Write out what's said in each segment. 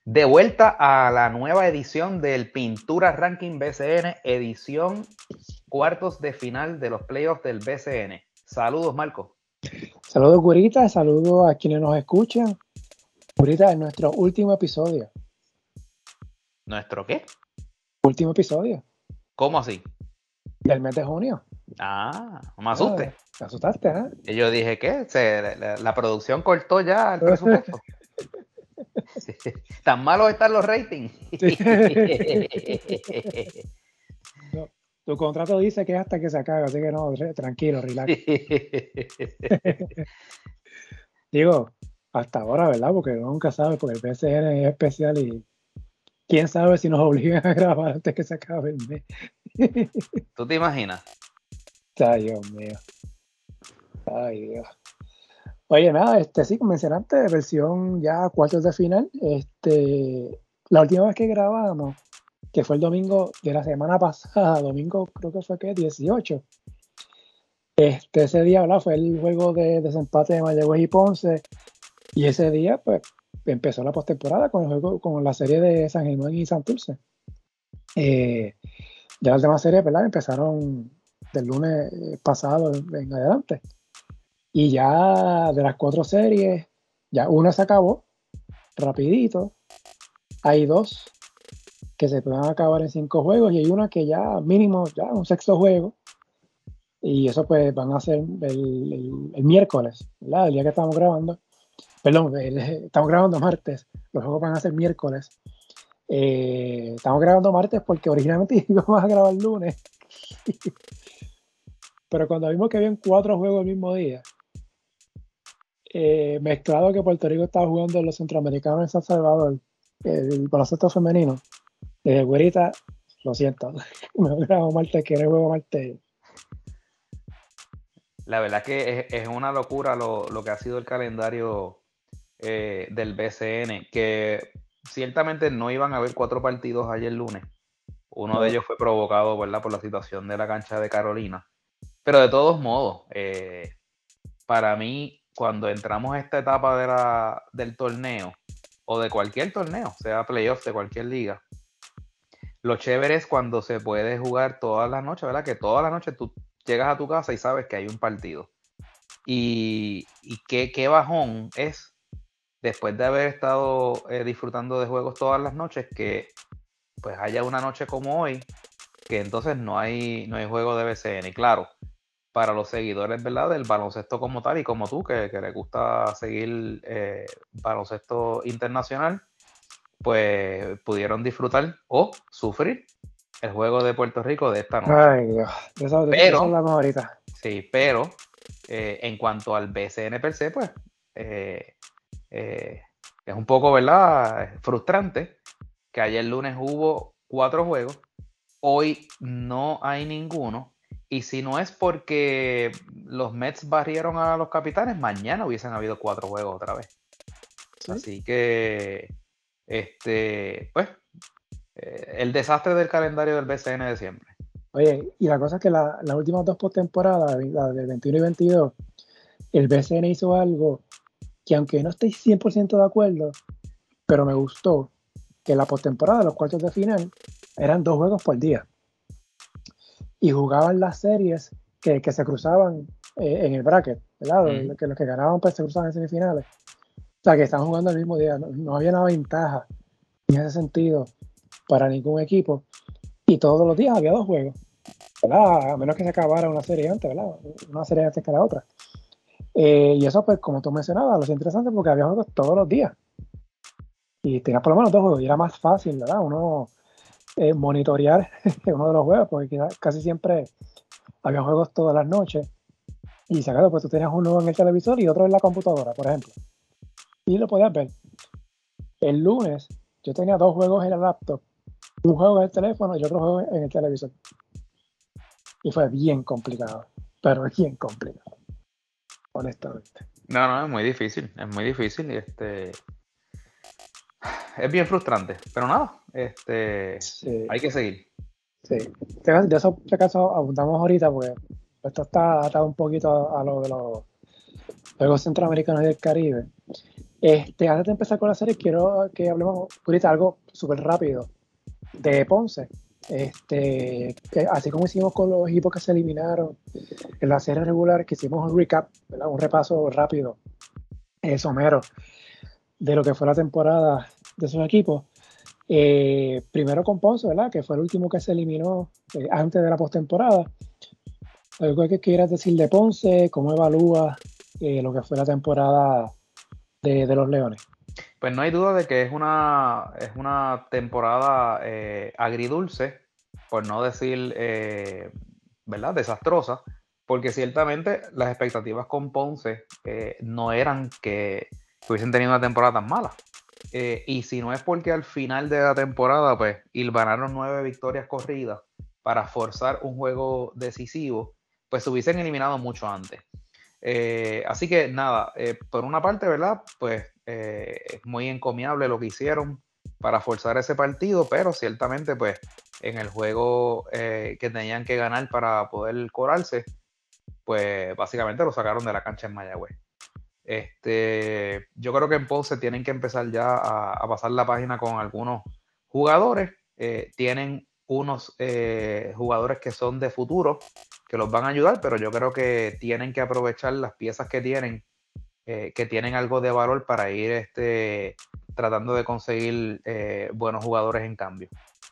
De vuelta a la nueva edición del Pintura Ranking BCN, edición cuartos de final de los playoffs del BCN. Saludos, Marco. Saludos, Gurita. Saludos a quienes nos escuchan. Gurita, en nuestro último episodio. ¿Nuestro qué? Último episodio. ¿Cómo así? Del mes de junio. No me asustes. Te asustaste, ¿eh? Y yo dije, ¿qué? La producción cortó ya el presupuesto. Tan malos están los ratings. No, tu contrato dice que es hasta que se acabe, así que no, tranquilo, relax. Digo, hasta ahora, ¿verdad? Porque uno nunca sabe, porque el BCN es especial y quién sabe si nos obligan a grabar antes que se acabe el mes. ¿Tú te imaginas? Ay, Dios mío. Ay, Dios. Oye, nada, sí, como mencionaste, versión ya cuartos de final. La última vez que grabamos, que fue el domingo de la semana pasada, domingo creo que fue 18. Ese día, ¿verdad? Fue el juego de desempate de Mayagüez y Ponce. Y ese día, pues, empezó la postemporada con el juego, con la serie de San Germán y Santurce. Ya las demás series, ¿verdad? Empezaron del lunes pasado en adelante. Y ya de las 4 series, ya una se acabó rapidito. Hay 2 que se pueden acabar en 5 juegos y hay una que ya mínimo, ya un sexto juego. Y eso pues van a ser el miércoles, ¿verdad? El día que estamos grabando. Perdón, estamos grabando martes. Los juegos van a ser miércoles. Estamos grabando martes porque originalmente íbamos a grabar el lunes. Pero cuando vimos que habían 4 juegos el mismo día, mezclado que Puerto Rico estaba jugando los centroamericanos en San Salvador, el baloncesto femenino, güerita, lo siento, me grabo martes, que no hay juego martes. La verdad que es una locura lo que ha sido el calendario del BCN, que ciertamente no iban a haber 4 partidos ayer lunes. Uno de ellos fue provocado, ¿verdad?, por la situación de la cancha de Carolina. Pero de todos modos, para mí, cuando entramos a esta etapa del torneo, o de cualquier torneo, sea playoff de cualquier liga, lo chévere es cuando se puede jugar todas las noches, ¿verdad? Que todas las noches tú llegas a tu casa y sabes que hay un partido. Y qué bajón es, después de haber estado disfrutando de juegos todas las noches, que pues haya una noche como hoy, que entonces no hay juego de BCN. Y claro, para los seguidores, ¿verdad?, del baloncesto como tal, y como tú, que les gusta seguir baloncesto internacional, pues pudieron disfrutar o sufrir el juego de Puerto Rico de esta noche. Ay, Dios, de eso hablamos ahorita. Sí, pero en cuanto al BCN per se, pues es un poco, ¿verdad?, frustrante que ayer lunes hubo 4 juegos, hoy no hay ninguno, y si no es porque los Mets barrieron a los Capitanes, mañana hubiesen habido 4 juegos otra vez. ¿Sí? Así que pues el desastre del calendario del BCN de siempre. Oye, y la cosa es que las últimas 2 postemporadas, la del 21 y 22, el BCN hizo algo que, aunque no estoy 100% de acuerdo, pero me gustó, que la postemporada, los cuartos de final, eran 2 juegos por día. Y jugaban las series que se cruzaban en el bracket, ¿verdad? Que los que ganaban pues se cruzaban en semifinales. O sea, que estaban jugando el mismo día. No había una ventaja en ese sentido para ningún equipo. Y todos los días había 2 juegos, ¿verdad? A menos que se acabara una serie antes, ¿verdad? Una serie antes que la otra. Y eso, pues, como tú mencionabas, lo es interesante porque había juegos todos los días. Y tenías por lo menos 2 juegos y era más fácil, ¿verdad? Uno monitorear uno de los juegos, porque casi siempre había juegos todas las noches. Y si acaso, pues tú tenías uno en el televisor y otro en la computadora, por ejemplo. Y lo podías ver. El lunes yo tenía 2 juegos en la laptop, un juego en el teléfono y otro juego en el televisor. Y fue bien complicado, pero bien complicado, honestamente. No, es muy difícil, es bien frustrante, pero nada, sí. Hay que seguir. Sí, de eso acaso abundamos ahorita, porque esto está atado un poquito a lo de los juegos centroamericanos y del Caribe. Antes de empezar con la serie, quiero que hablemos ahorita algo súper rápido de Ponce. Que así como hicimos con los equipos que se eliminaron en la serie regular, que hicimos un recap, ¿verdad? Un repaso rápido, somero, de lo que fue la temporada de esos equipos. Primero con Ponce, ¿verdad? Que fue el último que se eliminó antes de la postemporada. ¿Algo que quieras decir de Ponce? ¿Cómo evalúas lo que fue la temporada de los Leones? Pues no hay duda de que es una temporada agridulce, por no decir, ¿verdad? Desastrosa, porque ciertamente las expectativas con Ponce no eran que hubiesen tenido una temporada tan mala. Y si no es porque al final de la temporada, pues, hilvanaron 9 victorias corridas para forzar un juego decisivo, pues se hubiesen eliminado mucho antes. Así que nada, por una parte, ¿verdad? Pues es muy encomiable lo que hicieron para forzar ese partido, pero ciertamente, pues en el juego que tenían que ganar para poder colarse, pues básicamente lo sacaron de la cancha en Mayagüez. Yo creo que en Ponce tienen que empezar ya a pasar la página con algunos jugadores. Tienen unos jugadores que son de futuro, que los van a ayudar, pero yo creo que tienen que aprovechar las piezas que tienen algo de valor para ir tratando de conseguir buenos jugadores en cambio.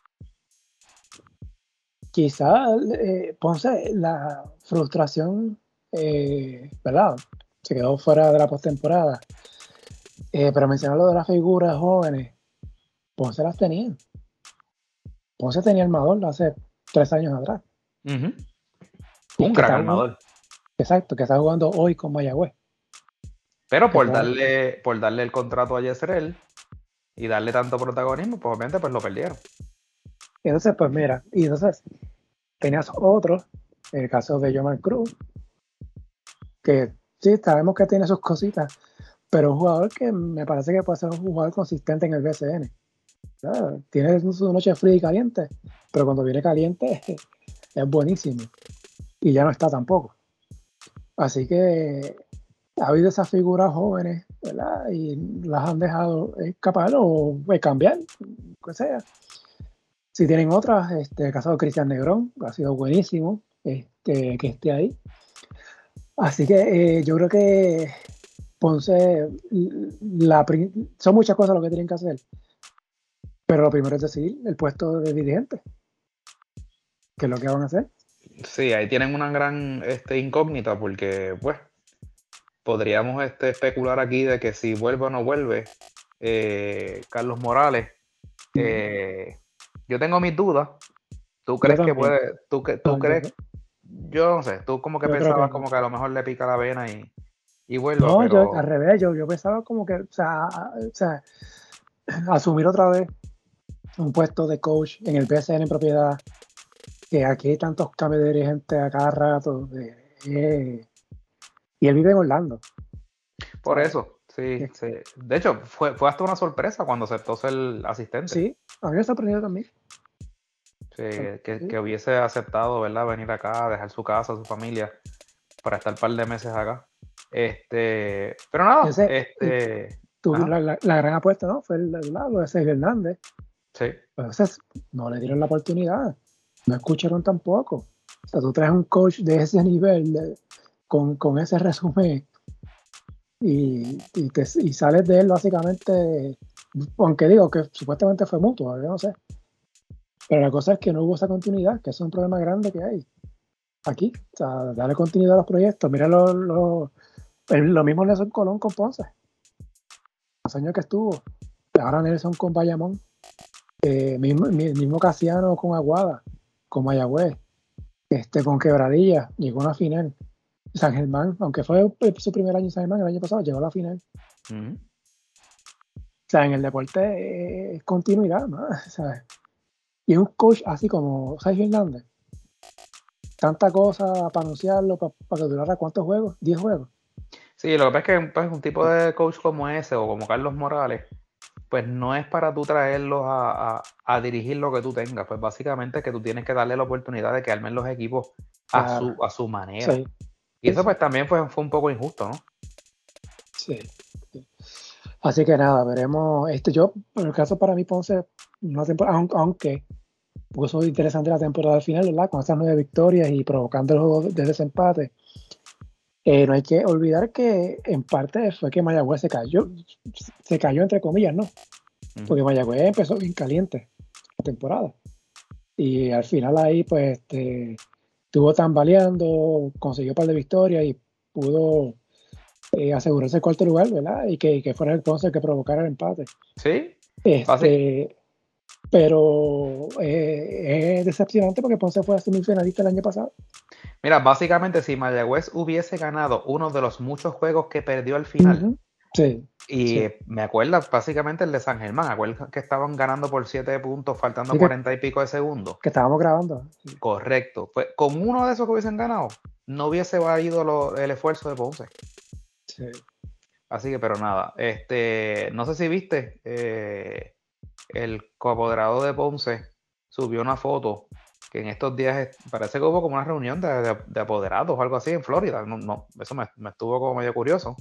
Quizá Ponce, la frustración, ¿verdad? Se quedó fuera de la postemporada. Pero mencionar lo de las figuras jóvenes, Ponce las tenía. Ponce tenía armador hace 3 años atrás. Uh-huh. Y Un que gran está, armador. exacto, que está jugando hoy con Mayagüez. Pero Que por darle el contrato a Yesrel y darle tanto protagonismo, pues obviamente pues lo perdieron. entonces, pues mira, y entonces tenías otro, el caso de Jomar Cruz, que sí, sabemos que tiene sus cositas, pero un jugador que me parece que puede ser un jugador consistente en el BCN. Tiene su noche fría y caliente, pero cuando viene caliente es buenísimo. Y ya no está tampoco. Así que ha habido esas figuras jóvenes, ¿verdad? Y las han dejado escapar o cambiar, lo que sea. Si tienen otras, el caso de Cristian Negrón, ha sido buenísimo que esté ahí. Así que yo creo que Ponce, son muchas cosas lo que tienen que hacer, pero lo primero es decidir el puesto de dirigente, que es lo que van a hacer. Sí, ahí tienen una gran incógnita porque, pues, podríamos especular aquí de que si vuelve o no vuelve Carlos Morales. Yo tengo mis dudas. ¿Tú Yo crees que también. puede? ¿Tú No, crees? Yo no sé. Tú como que yo creo que pensabas no. como que a lo mejor le pica la vena y vuelva, No, yo al pero revés, yo pensaba como que, asumir otra vez un puesto de coach en el PSN en propiedad, que aquí hay tantos cambios de dirigente a cada rato, y él vive en Orlando, por ¿sabes? eso, sí, Que- sí. De hecho, fue hasta una sorpresa cuando aceptó ser asistente. sí, a mí me ha sorprendido también. Sí, que Sí. hubiese aceptado, ¿verdad? Venir acá, dejar su casa, su familia, para estar un par de meses acá. Pero nada, Y ajá, la gran apuesta, ¿no? Fue lo de Sergio Hernández. sí. Entonces, no le dieron la oportunidad, no escucharon tampoco. O sea, tú traes un coach de ese nivel, con ese resumen, y sales de él básicamente, aunque digo que supuestamente fue mutuo, yo no sé. Pero la cosa es que no hubo esa continuidad, que es un problema grande que hay aquí. O sea, darle continuidad a los proyectos. Mira lo mismo Nelson Colón con Ponce, los años que estuvo. Ahora Nelson con Bayamón, mismo Casiano con Aguada, con Mayagüez, con Quebradilla, llegó a una final. San Germán, aunque fue su primer año en San Germán, el año pasado llegó a la final. Ujú. O sea, en el deporte es continuidad, ¿no? ¿Sabes? Y un coach así como Sergio Hernández, tanta cosa para anunciarlo, para que durara cuántos juegos, 10 juegos. Sí, lo que pasa es que pues, un tipo de coach como ese o como Carlos Morales, pues no es para tú traerlos a dirigir lo que tú tengas, pues básicamente es que tú tienes que darle la oportunidad de que armen los equipos a Claro, a su manera. sí, Y sí, eso sí. pues también fue un poco injusto, ¿no? Sí, sí. Así que nada, veremos. Yo, en el caso para mí, Ponce, aunque puso interesante la temporada al final, ¿verdad? Con esas 9 victorias y provocando el juego de desempate. No hay que olvidar que en parte fue que Mayagüez se cayó entre comillas, ¿no? Porque Mayagüez empezó bien caliente la temporada. Y al final ahí, pues, estuvo tambaleando, consiguió un par de victorias y pudo asegurarse el cuarto lugar, ¿verdad? Y que fuera el Ponce el que provocara el empate. Sí, Este, pero es decepcionante porque Ponce fue semifinalista el año pasado. mira, básicamente si Mayagüez hubiese ganado uno de los muchos juegos que perdió al final, Sí, y sí. me acuerdo básicamente el de San Germán, acuerdo que estaban ganando por 7 puntos, faltando Sí, 40 y pico de segundos. que estábamos grabando. Sí. Correcto. Pues con uno de esos que hubiesen ganado, no hubiese valido el esfuerzo de Ponce. Sí. Así que, pero nada, no sé si viste, el coapoderado de Ponce subió una foto que en estos días parece que hubo como una reunión de apoderados o algo así en Florida. No, no, eso me estuvo como medio curioso.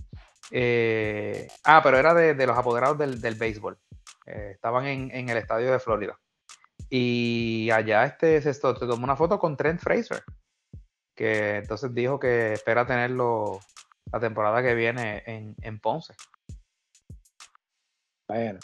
Pero era de los apoderados del béisbol. Estaban en el estadio de Florida. Y allá se tomó una foto con Trent Fraser, que entonces dijo que espera tenerlo la temporada que viene en Ponce. Bueno,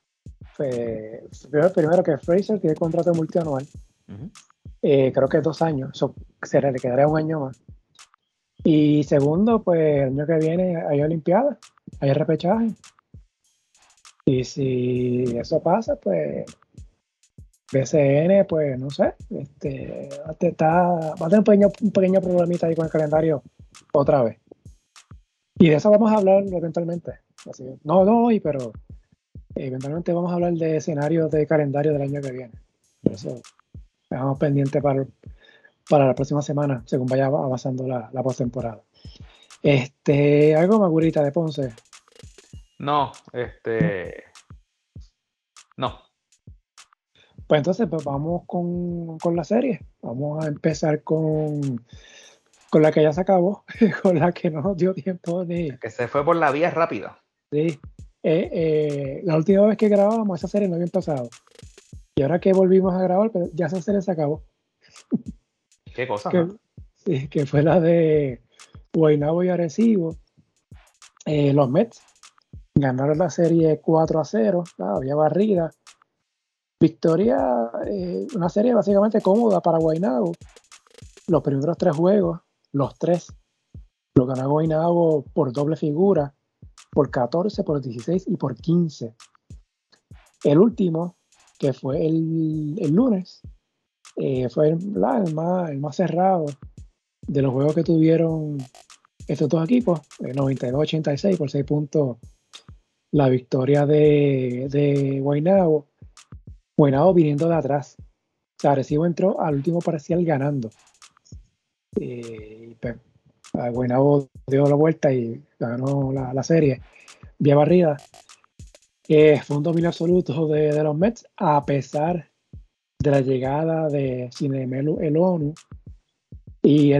primero que Fraser tiene contrato multianual. Uh-huh. Creo que 2 años. Eso le quedaría un año más. Y segundo, pues el año que viene hay Olimpiadas, hay repechaje. Y si eso pasa, pues BCN, pues no sé, va a tener un pequeño problemita ahí con el calendario otra vez. Y de eso vamos a hablar eventualmente. Así, no hoy, pero eventualmente vamos a hablar de escenarios de calendario del año que viene. Por eso dejamos pendiente para la próxima semana, según vaya avanzando la postemporada. Algo más, Gurita, de Ponce. No, no. Pues entonces pues vamos con la serie. Vamos a empezar con la que ya se acabó, con la que no nos dio tiempo de... Que se fue por la vía rápida. La última vez que grabamos esa serie no había empezado. Y ahora que volvimos a grabar, pues ya esa serie se acabó. Qué cosa, Que, ¿no? sí, que fue la de Guaynabo y Arecibo. Los Mets ganaron la serie 4-0, había barrida. Victoria, una serie básicamente cómoda para Guaynabo. Los primeros 3 juegos, los 3, lo ganó Guaynabo por doble figura, por 14, por 16 y por 15. El último, que fue el lunes, fue el más cerrado de los juegos que tuvieron estos dos equipos, 92-86 por 6 puntos, la victoria de Guaynabo. Guaynabo viniendo de atrás. O sea, Arecibo entró al último parcial ganando. Pues, Guaynabo dio la vuelta y ganó la serie vía barrida. Fue un dominio absoluto de los Mets, a pesar de la llegada de Cinemelu el ONU y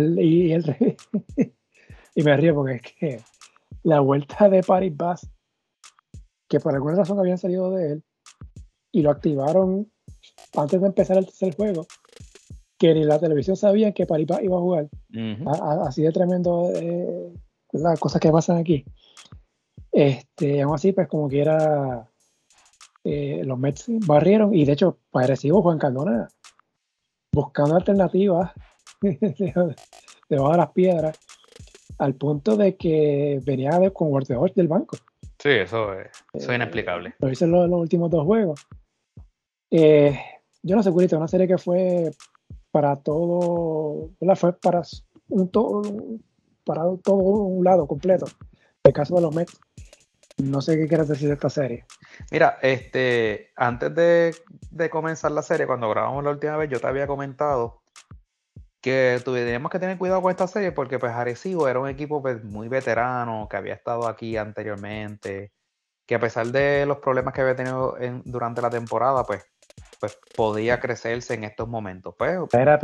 y me río porque es que la vuelta de Paris Bass, que por alguna razón habían salido de él y lo activaron antes de empezar el tercer juego, que ni la televisión sabían que Paris Bass iba a jugar. Uh-huh. Así de tremendo las cosas que pasan aquí. Aún así, pues como quiera, los Mets barrieron y de hecho, parecido Juan Cardona buscando alternativas debajo de las piedras, al punto de que venía con Walter Hodge del banco. Sí, eso es inexplicable. Lo hice en los últimos 2 juegos. Yo no sé, Curito, una serie que fue para todo, ¿verdad? Fue para todo un lado completo. En el caso de los Mets, no sé qué quieres decir de esta serie. Mira, antes de comenzar la serie, cuando grabamos la última vez, yo te había comentado que teníamos que tener cuidado con esta serie porque pues Arecibo era un equipo pues, muy veterano, que había estado aquí anteriormente, que a pesar de los problemas que había tenido durante la temporada, pues podía crecerse en estos momentos. Pues, Espera,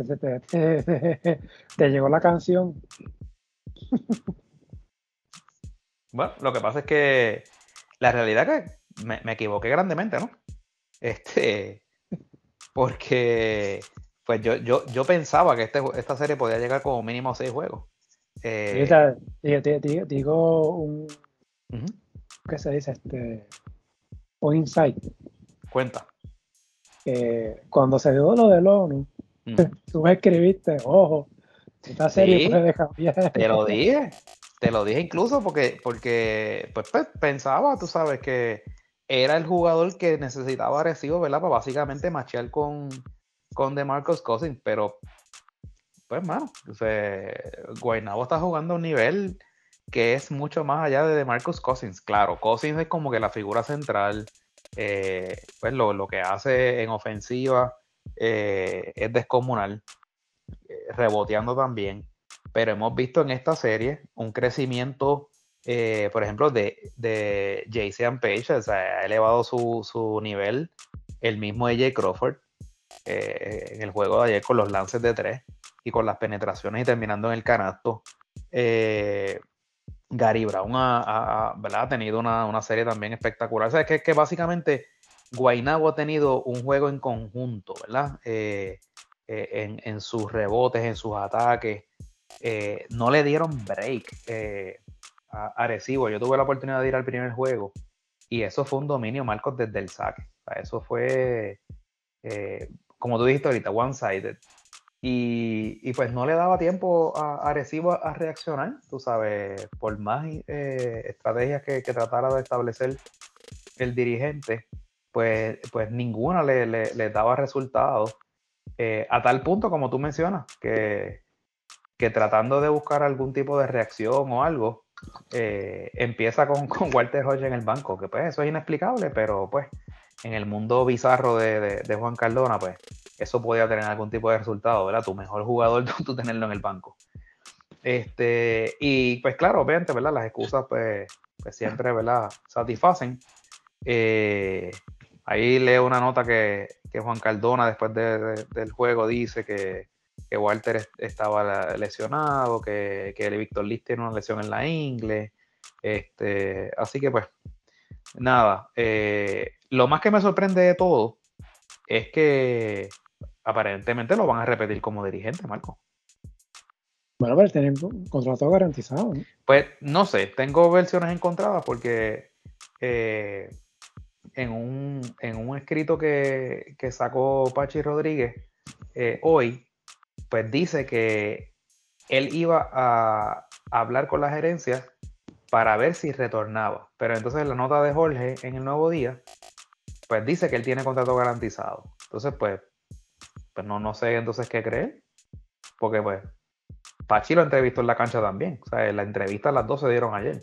te llegó la canción. bueno, lo que pasa es que la realidad es que me equivoqué grandemente, ¿no? Porque pues yo pensaba que esta serie podía llegar como mínimo a 6 juegos. Digo un, Uh-huh. ¿qué se dice? Un insight. Cuenta. Cuando se dio lo del ONU, Uh-huh. tú me escribiste, ojo, esta serie Sí, puede cambiar. te lo dije incluso porque pues, pensaba, tú sabes, que era el jugador que necesitaba Arecibo, ¿verdad? Para básicamente machear con DeMarcus Cousins, pero pues, mano, Guaynabo está jugando a un nivel que es mucho más allá de DeMarcus Cousins. Claro, Cousins es como que la figura central, pues lo que hace en ofensiva es descomunal, reboteando también, pero hemos visto en esta serie un crecimiento, por ejemplo, de Jason Page, o sea, ha elevado su nivel, el mismo AJ Crawford, en el juego de ayer con los lances de 3 y con las penetraciones y terminando en el canasto. Gary Brown ¿verdad? Ha tenido una serie también espectacular. O sea, que básicamente Guaynabo ha tenido un juego en conjunto, ¿verdad? En sus rebotes, en sus ataques. No le dieron break a Arecibo. Yo tuve la oportunidad de ir al primer juego y eso fue un dominio, Marcos, desde el saque. O sea, eso fue, como tú dijiste ahorita, one-sided. Y pues no le daba tiempo a Arecibo a reaccionar, tú sabes, por más estrategias que tratara de establecer el dirigente, pues ninguna le daba resultados, a tal punto, como tú mencionas, que tratando de buscar algún tipo de reacción o algo, empieza con Walter Hodge en el banco, que pues eso es inexplicable, pero pues en el mundo bizarro de Juan Cardona, pues eso podía tener algún tipo de resultado, ¿verdad? Tu mejor jugador, tú tenerlo en el banco. Y pues claro, obviamente, ¿verdad? Las excusas pues siempre, ¿verdad? Satisfacen. Ahí leo una nota que Juan Cardona después del juego dice que Walter estaba lesionado, que Víctor Liz tiene una lesión en la ingle. Así que pues nada, lo más que me sorprende de todo es que aparentemente lo van a repetir como dirigente, Marco. Bueno, pero tienen un contrato garantizado, ¿no? Pues no sé, tengo versiones encontradas porque en un escrito que sacó Pachi Rodríguez hoy, pues dice que él iba a hablar con la gerencia para ver si retornaba. Pero entonces la nota de Jorge en el Nuevo Día, pues dice que él tiene contrato garantizado. Entonces, pues no sé entonces qué creer, porque pues Pachi lo entrevistó en la cancha también. O sea, la entrevista las dos se dieron ayer.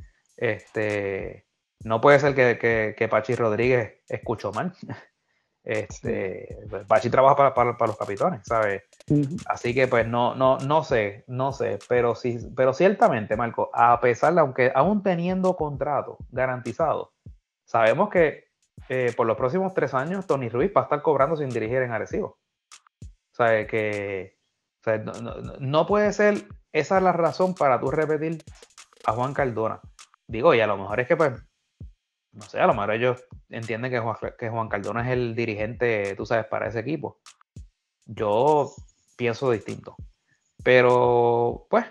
No puede ser que Pachi Rodríguez escuchó mal. Pachi trabaja para los Capitanes, ¿sabes? Uh-huh. Así que pues no sé, pero sí, pero ciertamente, Marco, a pesar de, aunque aún teniendo contrato garantizado, sabemos que por los próximos 3 años Tony Ruiz va a estar cobrando sin dirigir en Arecibo. O sea, no puede ser esa es la razón para tú repetir a Juan Cardona. Digo, y a lo mejor es que pues no sé, a lo mejor ellos entienden que Juan Cardona es el dirigente, tú sabes, para ese equipo. Yo pienso distinto. Pero, pues,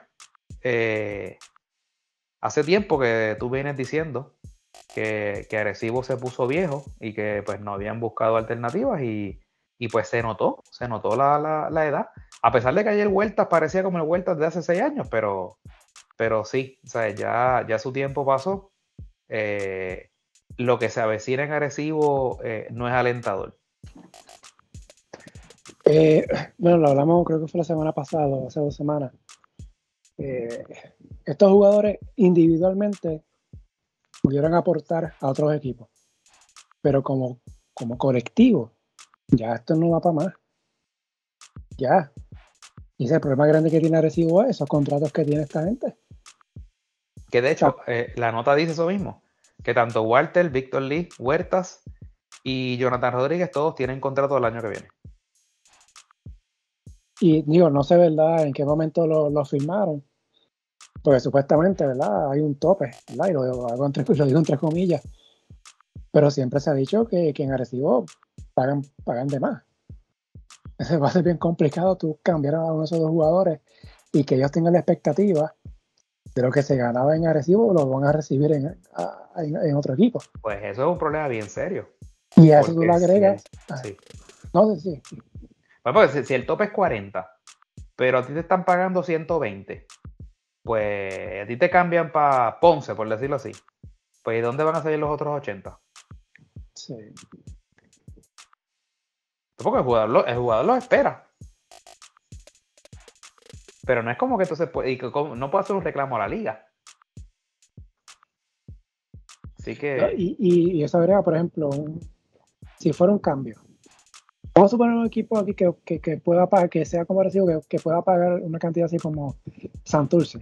hace tiempo que tú vienes diciendo que Arecibo se puso viejo y que pues no habían buscado alternativas y pues se notó la edad. A pesar de que ayer Huertas parecía como el Huertas de hace 6 años, pero sí, o sea, ya su tiempo pasó. Lo que se avecina en Arecibo no es alentador. Bueno, lo hablamos, creo que fue la semana pasada, hace 2 semanas. Estos jugadores individualmente pudieron aportar a otros equipos, pero como colectivo, ya esto no va para más. Ya. Y ese es el problema grande que tiene Arecibo es esos contratos que tiene esta gente. Que de hecho, la nota dice eso mismo, que tanto Walter, Víctor Lee, Huertas y Jonathan Rodríguez todos tienen contrato el año que viene. Y digo, no sé, ¿verdad?, en qué momento lo firmaron, porque supuestamente, ¿verdad?, hay un tope, ¿verdad? Y lo digo entre comillas, Pero siempre se ha dicho que en Arecibo pagan de más. Ese va a ser bien complicado tú cambiar a uno de esos dos jugadores y que ellos tengan la expectativa de lo que se ganaba en Arecibo, lo van a recibir en otro equipo. Pues eso es un problema bien serio. Y a eso tú Porque le agregas. sí. No, sí. Bueno, porque si el tope es 40, pero a ti te están pagando 120, pues a ti te cambian para Ponce, por decirlo así. Pues ¿y dónde van a salir los otros 80? Sí. Porque el jugador lo espera. Pero no es como que entonces no puede hacer un reclamo a la liga. Así que. Y eso agrega, por ejemplo, si fuera un cambio. Vamos a suponer un equipo aquí que pueda pagar, que sea como Arecibo, que pueda pagar una cantidad así como Santurce.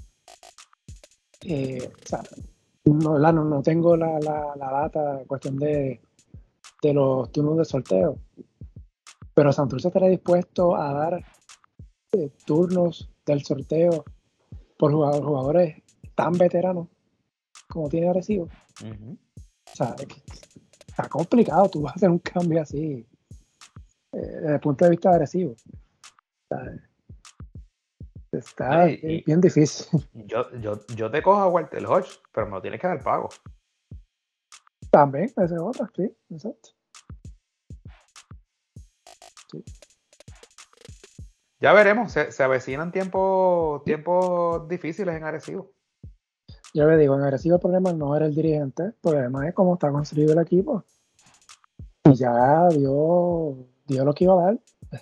O sea, no tengo la data en cuestión de los turnos de sorteo, pero Santurce estaría dispuesto a dar turnos del sorteo por jugadores tan veteranos como tiene Arecibo. O sea, está complicado tú vas a hacer un cambio así desde el punto de vista de Arecibo. Está bien difícil. Yo te cojo a Walter Hodge, pero me lo tienes que dar pago. También, esa es otra, sí, exacto. Sí. Ya veremos, se avecinan tiempos difíciles en Arecibo. Yo le digo, en Arecibo el problema no era el dirigente, el problema es cómo está construido el equipo. Y ya dio lo que iba a dar.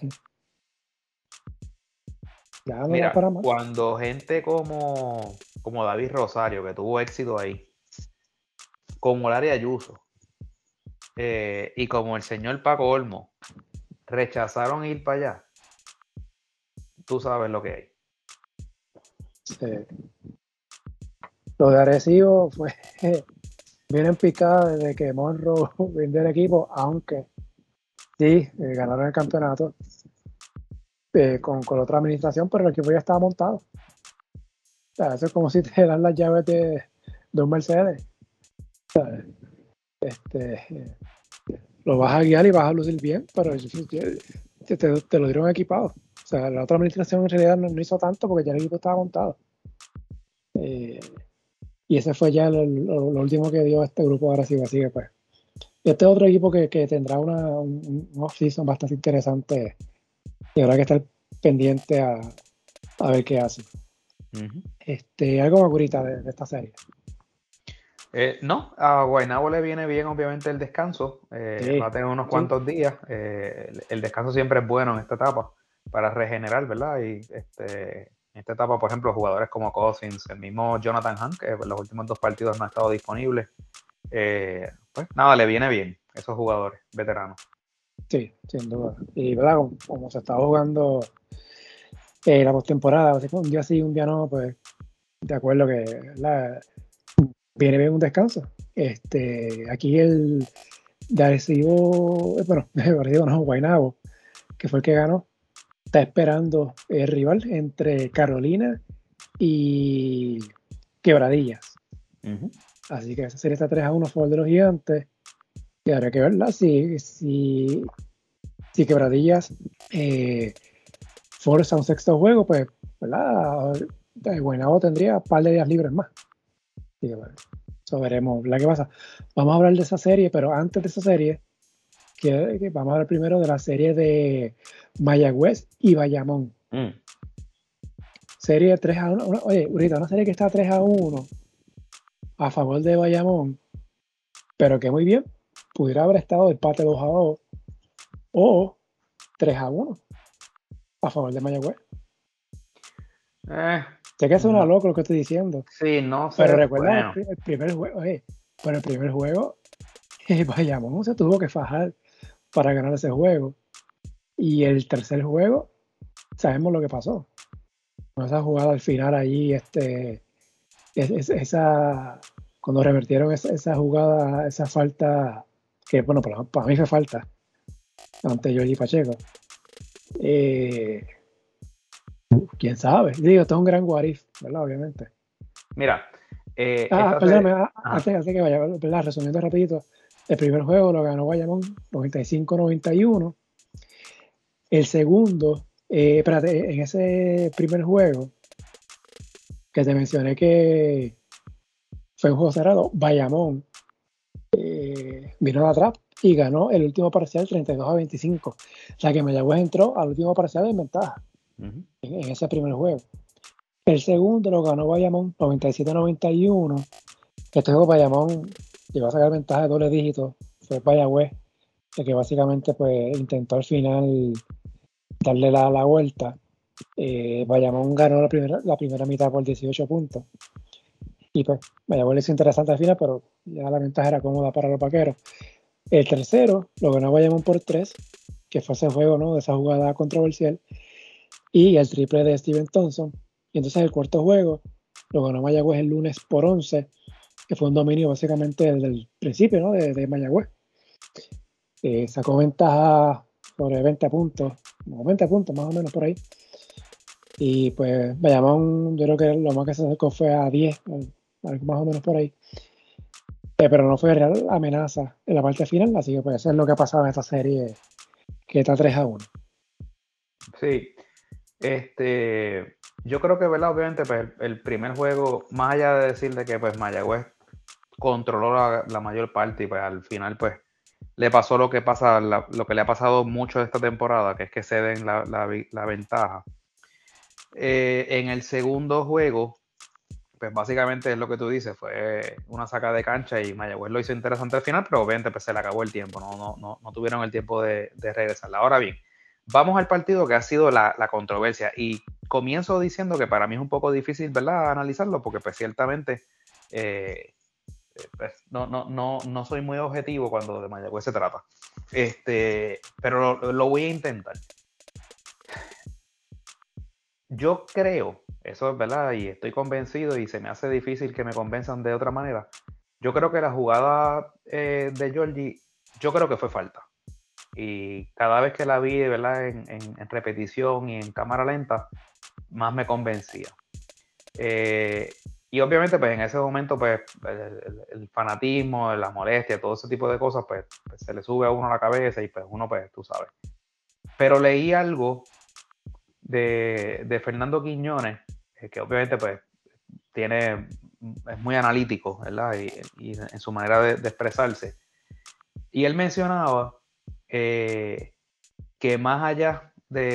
Ya no da para más. Cuando gente como David Rosario, que tuvo éxito ahí, como Larry Ayuso, y como el señor Paco Olmo, rechazaron ir para allá, tú sabes lo que hay. Sí. Lo de Arecibo fue bien en picada desde que Monroe vendió el equipo, aunque sí, ganaron el campeonato con otra administración, pero el equipo ya estaba montado. O sea, eso es como si te dan las llaves de un Mercedes. O sea, lo vas a guiar y vas a lucir bien, pero te lo dieron equipado. O sea, la otra administración en realidad no hizo tanto porque ya el equipo estaba montado. Y ese fue ya lo último que dio este grupo ahora sí, así que pues. Este otro equipo que tendrá un off-season bastante interesante y habrá que estar pendiente a ver qué hace. Algo más curita de esta serie. No, a Guaynabo le viene bien obviamente el descanso, va a tener unos cuantos días, el descanso siempre es bueno en esta etapa para regenerar, ¿verdad? Y en esta etapa, por ejemplo, jugadores como Cousins, el mismo Jonathan Hunt, que en los últimos 2 partidos no ha estado disponible, pues nada, le viene bien esos jugadores veteranos. Sí, sin duda. Y verdad, como se está jugando la postemporada, así que un día sí, un día no, pues de acuerdo que viene bien un descanso. Aquí el de Arecibo, Arecibo no, Guaynabo, que fue el que ganó, está esperando el rival entre Carolina y Quebradillas. Así que esa serie está 3-1 a favor de los Gigantes. Y habría que verla si Quebradillas forza un sexto juego, pues, ¿verdad? Guaynabo tendría un par de días libres más. Y bueno, eso veremos. ¿Qué pasa? Vamos a hablar de esa serie, pero antes de esa serie, que vamos a hablar primero de la serie de Mayagüez y Bayamón. Serie 3-1. Oye, ahorita una serie que está 3-1 a favor de Bayamón, pero que muy bien pudiera haber estado empate 2-2 o 3-1 a favor de Mayagüez. Sé que es una loco lo que estoy diciendo. Sí, no sé. Pero recuerda el primer juego, pero el primer juego, Bayamón se tuvo que fajar para ganar ese juego. Y el tercer juego, sabemos lo que pasó. Con esa jugada al final allí, cuando revertieron esa jugada, esa falta, que bueno, para mí fue falta, ante Jordi Pacheco. Quién sabe, digo, esto es un gran guarif, ¿verdad? Obviamente. Mira, perdóname, antes que vaya, ¿verdad? Resumiendo rapidito, El primer juego lo ganó Bayamón 95-91. El segundo, espérate, en ese primer juego que te mencioné que fue un juego cerrado, Bayamón vino de atrás y ganó el último parcial 32-25. O sea que Mayagüez entró al último parcial en ventaja en ese primer juego. El segundo lo ganó Bayamón 97-91. Este juego Bayamón llegó a sacar ventaja de doble dígito. Fue Mayagüez el que básicamente pues intentó al final darle la vuelta. Bayamón ganó la primera mitad por 18 puntos. Y pues Mayagüez le hizo interesante al final, pero ya la ventaja era cómoda para los vaqueros. El tercero lo ganó Bayamón por 3, que fue ese juego, ¿no? De esa jugada controversial. Y el triple de Steven Thompson. Y entonces el cuarto juego lo ganó Mayagüez el lunes por 11, que fue un dominio básicamente desde el principio, ¿no? De Mayagüez. Sacó ventaja sobre 20 puntos, no, 20 puntos más o menos por ahí. Y pues Bayamón, yo creo que lo más que se acercó fue a 10, algo más o menos por ahí. Pero no fue real amenaza en la parte final, así que pues eso es lo que ha pasado en esta serie, que está 3-1. Sí, yo creo que, ¿verdad? Obviamente, pues el primer juego, más allá de decir de que pues Mayagüez controló la mayor parte y pues al final pues le pasó lo que pasa, lo que le ha pasado mucho esta temporada, que es que ceden la ventaja. En el segundo juego, pues básicamente es lo que tú dices, fue una saca de cancha y Mayagüez lo hizo interesante al final, pero obviamente pues se le acabó el tiempo, no tuvieron el tiempo de regresar. Ahora bien, vamos al partido que ha sido la controversia y comienzo diciendo que para mí es un poco difícil, ¿verdad?, analizarlo porque pues ciertamente pues, no soy muy objetivo cuando de Mayagüez se trata, pero lo voy a intentar. Yo creo, eso es verdad, y estoy convencido y se me hace difícil que me convenzan de otra manera. Yo creo que la jugada de Georgie, yo creo que fue falta. Y cada vez que la vi, ¿verdad?, en repetición y en cámara lenta, más me convencía. Y obviamente, pues en ese momento, pues el fanatismo, la molestia, todo ese tipo de cosas, pues se le sube a uno a la cabeza y pues uno, pues tú sabes. Pero leí algo de Fernando Quiñones, que obviamente pues es muy analítico, ¿verdad? Y en su manera de expresarse. Y él mencionaba que más allá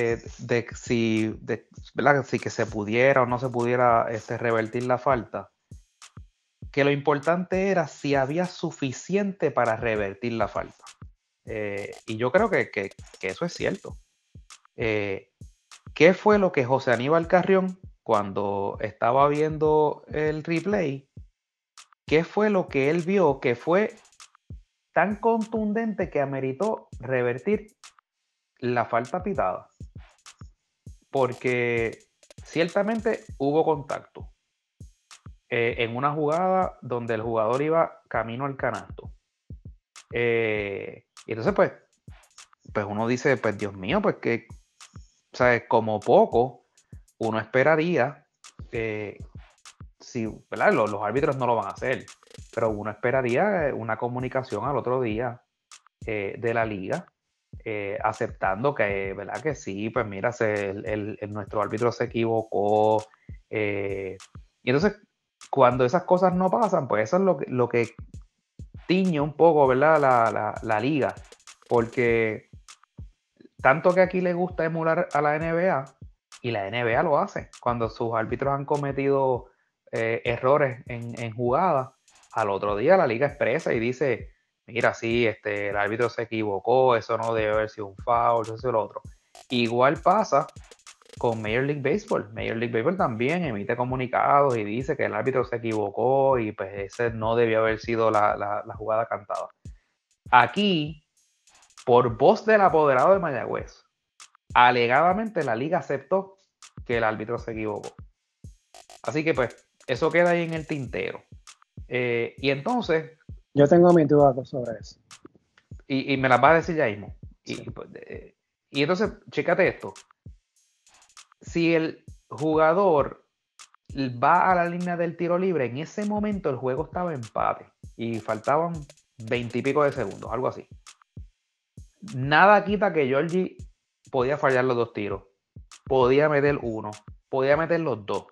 ¿verdad?, si que se pudiera o no se pudiera revertir la falta, que lo importante era si había suficiente para revertir la falta. Y yo creo que eso es cierto. ¿Qué fue lo que José Aníbal Carrión, cuando estaba viendo el replay, qué fue lo que él vio que fue tan contundente que ameritó revertir la falta pitada? Porque ciertamente hubo contacto en una jugada donde el jugador iba camino al canasto. Y entonces, pues uno dice, pues Dios mío, pues que, ¿sabes? Como poco, uno esperaría, si, ¿verdad? Los árbitros no lo van a hacer, pero uno esperaría una comunicación al otro día de la liga, aceptando que, ¿verdad?, que sí, pues mira, nuestro árbitro se equivocó. Y entonces, cuando esas cosas no pasan, pues eso es lo que tiñe un poco, ¿verdad?, la liga, porque tanto que aquí le gusta emular a la NBA, y la NBA lo hace, cuando sus árbitros han cometido errores en jugadas, al otro día la liga expresa y dice, mira, sí, el árbitro se equivocó, eso no debe haber sido un foul, eso es lo otro. Igual pasa con Major League Baseball. Major League Baseball también emite comunicados y dice que el árbitro se equivocó y pues ese no debió haber sido la jugada cantada. Aquí, por voz del apoderado de Mayagüez, alegadamente la liga aceptó que el árbitro se equivocó. Así que pues eso queda ahí en el tintero. Y entonces... Yo tengo mis dudas sobre eso. Y me las vas a decir ya mismo. Sí. Y entonces, chécate esto. Si el jugador va a la línea del tiro libre, en ese momento el juego estaba empate y faltaban 20 y pico de segundos, algo así. Nada quita que Georgie podía fallar los 2 tiros, podía meter uno, podía meter los 2.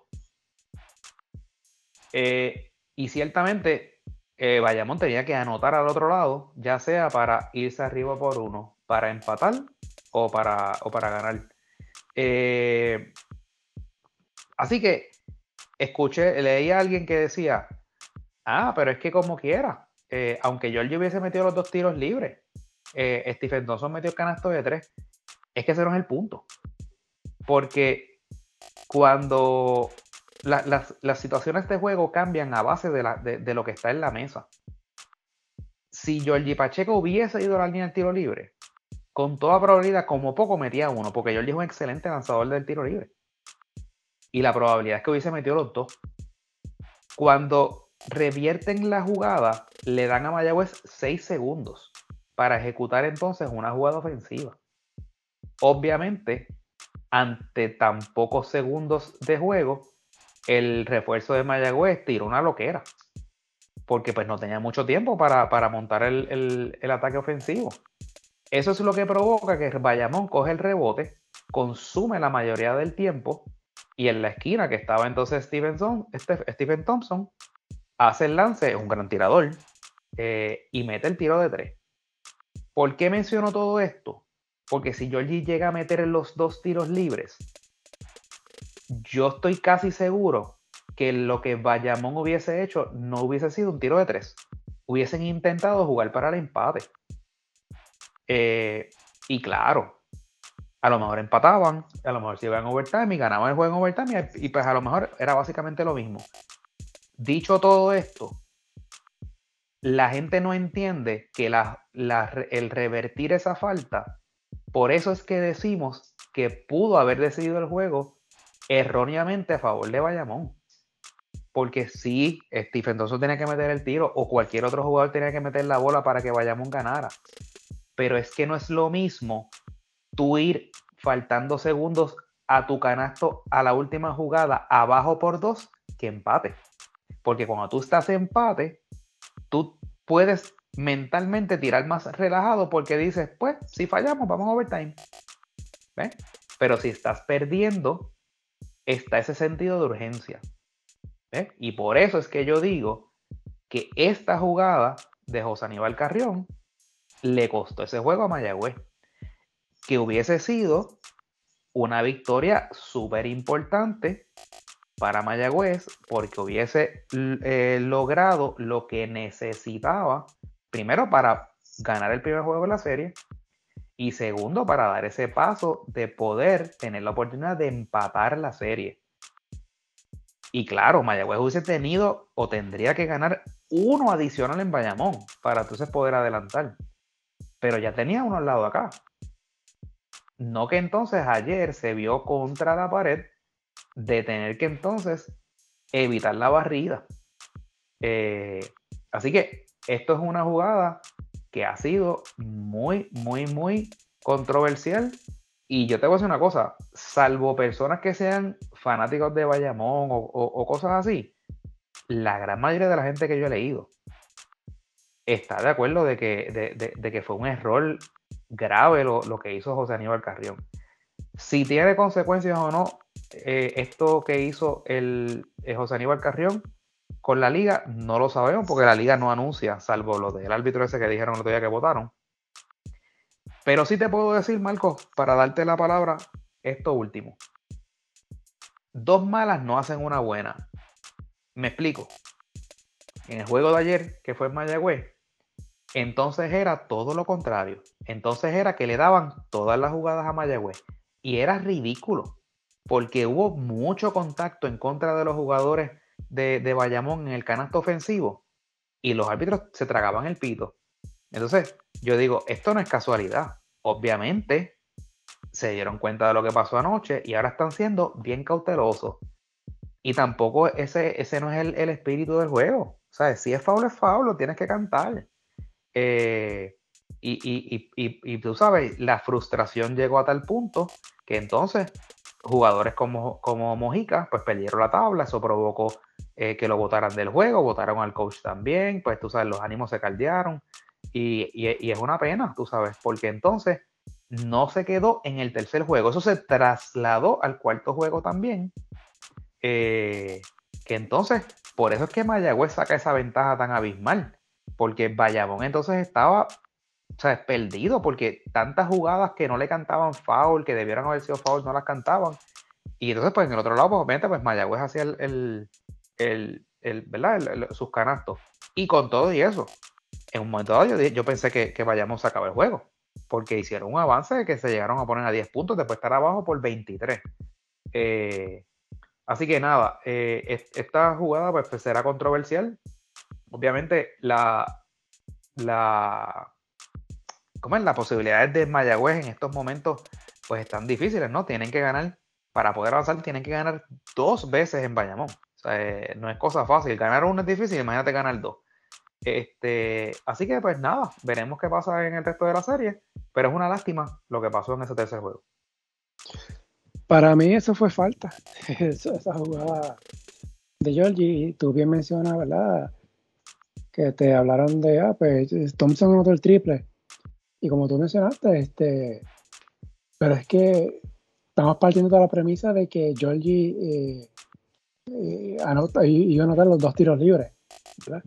Y ciertamente Bayamón tenía que anotar al otro lado, ya sea para irse arriba por 1, para empatar o para ganar. Así que leí a alguien que decía, pero es que como quiera, aunque Georgie hubiese metido los 2 tiros libres, Stephen Thompson metió el canasto de 3. Es que ese no es el punto. Porque cuando las situaciones de juego cambian a base de lo que está en la mesa. Si Georgie Pacheco hubiese ido a la línea del tiro libre, con toda probabilidad, como poco metía 1, porque Georgie es un excelente lanzador del tiro libre. Y la probabilidad es que hubiese metido los 2. Cuando revierten la jugada, le dan a Mayagüez 6 segundos para ejecutar entonces una jugada ofensiva. Obviamente, ante tan pocos segundos de juego, el refuerzo de Mayagüez tiró una loquera, porque pues no tenía mucho tiempo para montar el ataque ofensivo. Eso es lo que provoca que Bayamón coge el rebote, consume la mayoría del tiempo, y en la esquina que estaba entonces Stephen Thompson, hace el lance, es un gran tirador, y mete el tiro de 3. ¿Por qué menciono todo esto? Porque si Georgie llega a meter los 2 tiros libres, yo estoy casi seguro que lo que Bayamón hubiese hecho no hubiese sido un tiro de 3. Hubiesen intentado jugar para el empate. Y claro, a lo mejor empataban, a lo mejor se iban en overtime y ganaban el juego en overtime, y pues a lo mejor era básicamente lo mismo. Dicho todo esto, la gente no entiende que el revertir esa falta, por eso es que decimos que pudo haber decidido el juego erróneamente a favor de Bayamón. Porque sí, Stephen Thompson tenía que meter el tiro, o cualquier otro jugador tenía que meter la bola para que Bayamón ganara. Pero es que no es lo mismo tú ir faltando segundos a tu canasto a la última jugada abajo por 2 que empate. Porque cuando tú estás empate, tú puedes mentalmente tirar más relajado porque dices, pues, si fallamos, vamos a overtime. ¿Ves? Pero si estás perdiendo, está ese sentido de urgencia. ¿Ves? Y por eso es que yo digo que esta jugada de José Aníbal Carrión le costó ese juego a Mayagüez, que hubiese sido una victoria súper importante para Mayagüez, porque hubiese logrado lo que necesitaba, primero para ganar el primer juego de la serie, y segundo para dar ese paso de poder tener la oportunidad de empatar la serie. Y claro, Mayagüez hubiese tenido o tendría que ganar 1 adicional en Bayamón para entonces poder adelantar. Pero ya tenía uno al lado acá. No que entonces ayer se vio contra la pared de tener que entonces evitar la barrida. Así que esto es una jugada que ha sido muy, muy, muy controversial. Y yo te voy a decir una cosa, salvo personas que sean fanáticos de Bayamón o cosas así, la gran mayoría de la gente que yo he leído está de acuerdo de que fue un error grave lo que hizo José Aníbal Carrión. Si tiene consecuencias o no esto que hizo el José Aníbal Carrión con la liga, no lo sabemos porque la liga no anuncia, salvo lo del árbitro ese que dijeron el otro día que votaron. Pero sí te puedo decir, Marcos, para darte la palabra, esto último. 2 malas no hacen una buena. Me explico. En el juego de ayer, que fue en Mayagüez, entonces era todo lo contrario. Entonces era que le daban todas las jugadas a Mayagüez. Y era ridículo, porque hubo mucho contacto en contra de los jugadores de Bayamón en el canasto ofensivo, y los árbitros se tragaban el pito. Entonces, yo digo, esto no es casualidad. Obviamente, se dieron cuenta de lo que pasó anoche y ahora están siendo bien cautelosos. Y tampoco ese no es el espíritu del juego. ¿Sabes? Si es foul, lo tienes que cantar. Y tú sabes, la frustración llegó a tal punto que entonces jugadores como Mojica pues perdieron la tabla, eso provocó que lo botaran del juego, votaron al coach también, pues tú sabes, los ánimos se caldearon. Y es una pena, tú sabes, porque entonces no se quedó en el tercer juego. Eso se trasladó al cuarto juego también. Que entonces, por eso es que Mayagüez saca esa ventaja tan abismal. Porque Bayamón entonces estaba, o sea, perdido, porque tantas jugadas que no le cantaban foul, que debieron haber sido foul, no las cantaban. Y entonces, pues en el otro lado, pues obviamente, pues Mayagüez hacía ¿verdad? Sus canastos. Y con todo y eso, en un momento dado yo pensé que Bayamón sacaba el juego, porque hicieron un avance que se llegaron a poner a 10 puntos después de estar abajo por 23. Así que nada, esta jugada pues será controversial. Obviamente ¿cómo es? Las posibilidades de Mayagüez en estos momentos pues están difíciles, ¿no? Tienen que ganar, para poder avanzar, tienen que ganar 2 veces en Bayamón. O sea, no es cosa fácil. Ganar uno es difícil, imagínate ganar 2. Así que pues nada, veremos qué pasa en el resto de la serie, pero es una lástima lo que pasó en ese tercer juego. Para mí eso fue falta, esa jugada de Georgie, y tú bien mencionas, ¿verdad? Que te hablaron de, pues Thompson anotó el triple, y como tú mencionaste, pero es que estamos partiendo de la premisa de que Georgie iba a anotar los 2 tiros libres, ¿verdad?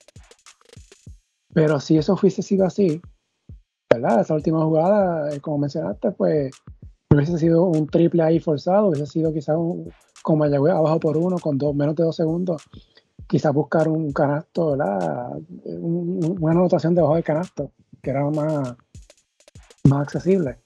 Pero si eso hubiese sido así, ¿verdad? Esa última jugada, como mencionaste, pues hubiese sido un triple ahí forzado, hubiese sido quizás con Mayagüez abajo por 1, con menos de 2 segundos, quizás buscar un canasto, ¿verdad? Una anotación debajo del canasto, que era más accesible.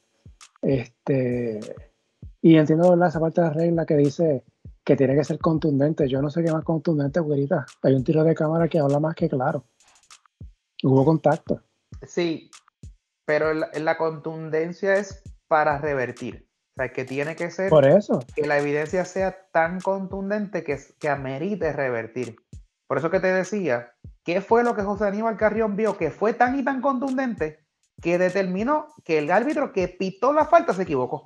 Y entiendo, ¿verdad?, esa parte de la regla que dice que tiene que ser contundente. Yo no sé qué más contundente, güerita. Hay un tiro de cámara que habla más que claro. Hubo contacto. Sí, pero la contundencia es para revertir. O sea, que tiene que ser Por eso. que la evidencia sea tan contundente que amerite revertir. Por eso que te decía, ¿qué fue lo que José Aníbal Carrión vio que fue tan y tan contundente que determinó que el árbitro que pitó la falta se equivocó?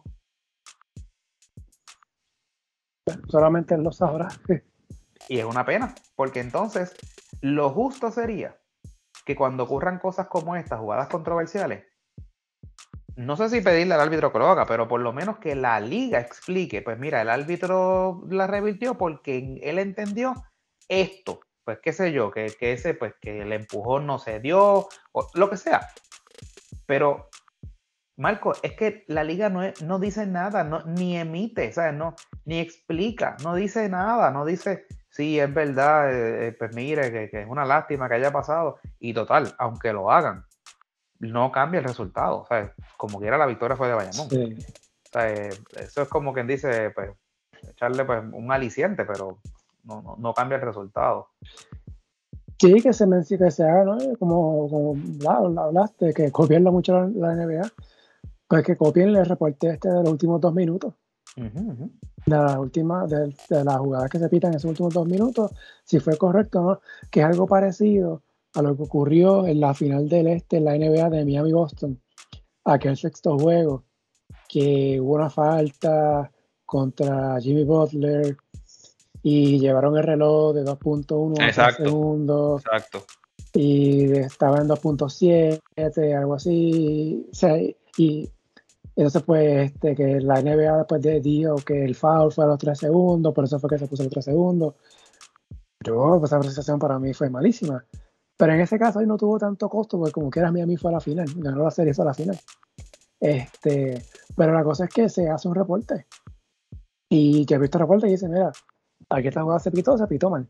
Solamente él lo sabrá. Y es una pena, porque entonces lo justo sería que cuando ocurran cosas como estas, jugadas controversiales, no sé si pedirle al árbitro que lo haga, pero por lo menos que la liga explique, pues mira, el árbitro la revirtió porque él entendió esto, pues qué sé yo, que ese, pues que el empujón no se dio, o lo que sea. Pero, Marco, es que la liga no dice nada, ni emite, ¿sabes? Ni explica, no dice nada, no dice, sí, es verdad, pues mire, que es una lástima que haya pasado, y total, aunque lo hagan, no cambia el resultado, o sea, como quiera la victoria fue de Bayamón. Sí. O sea, eso es como quien dice, pues, echarle pues un aliciente, pero no cambia el resultado. Sí, que se haga, ¿no? Como hablaste, que copiarlo mucho la NBA, pues que copien el reporte de los últimos 2 minutos. De la última, de las jugadas que se pitan en esos últimos 2 minutos, si fue correcto o no, que es algo parecido a lo que ocurrió en la final del en la NBA de Miami-Boston, aquel sexto juego, que hubo una falta contra Jimmy Butler y llevaron el reloj de 2.1 a 3 segundos. Exacto. Y estaba en 2.7, algo así. O sea, y entonces, pues, que la NBA después dijo que el foul fue a los 3 segundos, por eso fue que se puso los 3 segundos. Pues, esa presentación para mí fue malísima. Pero en ese caso ahí no tuvo tanto costo, porque como quiera Miami fue a la final, ganó la serie, fue a la final. Pero la cosa es que se hace un reporte. Y que visto el reporte y dice, mira, aquí esta jugada se pitó mal.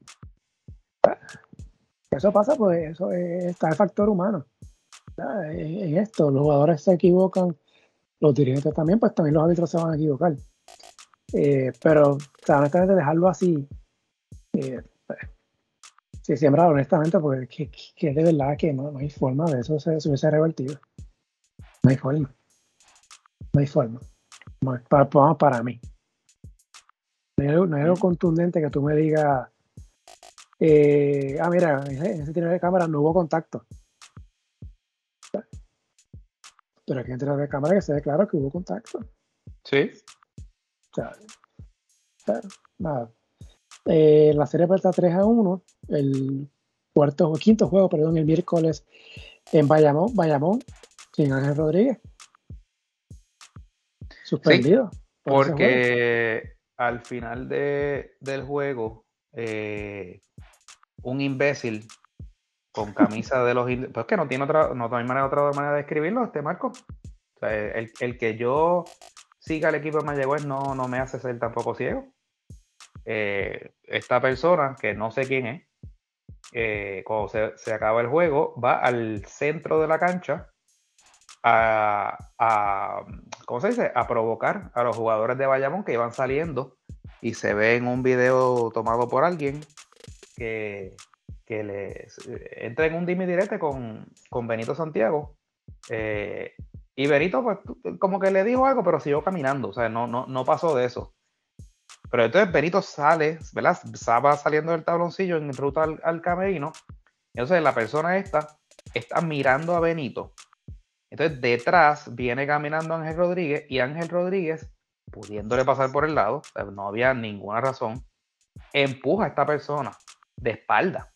Eso pasa, pues eso está el factor humano. En esto, los jugadores se equivocan, los dirigentes también, pues también los árbitros se van a equivocar. Pero, o sea, honestamente, dejarlo así, pues, sí, siembra, honestamente, porque que de verdad que no hay forma de eso se hubiese revertido. No hay forma. No hay forma. Para mí. No hay algo contundente que tú me digas, mira, en ese tiro de cámara no hubo contacto. Pero aquí en tiro de cámara que se ve claro que hubo contacto. Sí. O sea, nada. La serie está 3-1. El quinto juego, perdón, el miércoles En Bayamón, sin Ángel Rodríguez, Sí, suspendido por ese juego. porque al final del juego, un imbécil con camisa de los indios, pues que no tiene otra manera de escribirlo, Marco. O sea, el que yo siga al equipo de Mayagüez no me hace ser tampoco ciego. Esta persona, que no sé quién es, cuando se acaba el juego, va al centro de la cancha ¿cómo se dice? A provocar a los jugadores de Bayamón que iban saliendo, y se ve en un video tomado por alguien que, les entra en un dime direte con Benito Santiago, y Benito pues como que le dijo algo, pero siguió caminando, o sea, no pasó de eso. Pero entonces Benito sale, ¿verdad? Va saliendo del tabloncillo en ruta al camerino. Entonces la persona está mirando a Benito. Entonces detrás viene caminando Ángel Rodríguez, y Ángel Rodríguez, pudiéndole pasar por el lado, no había ninguna razón, empuja a esta persona de espalda.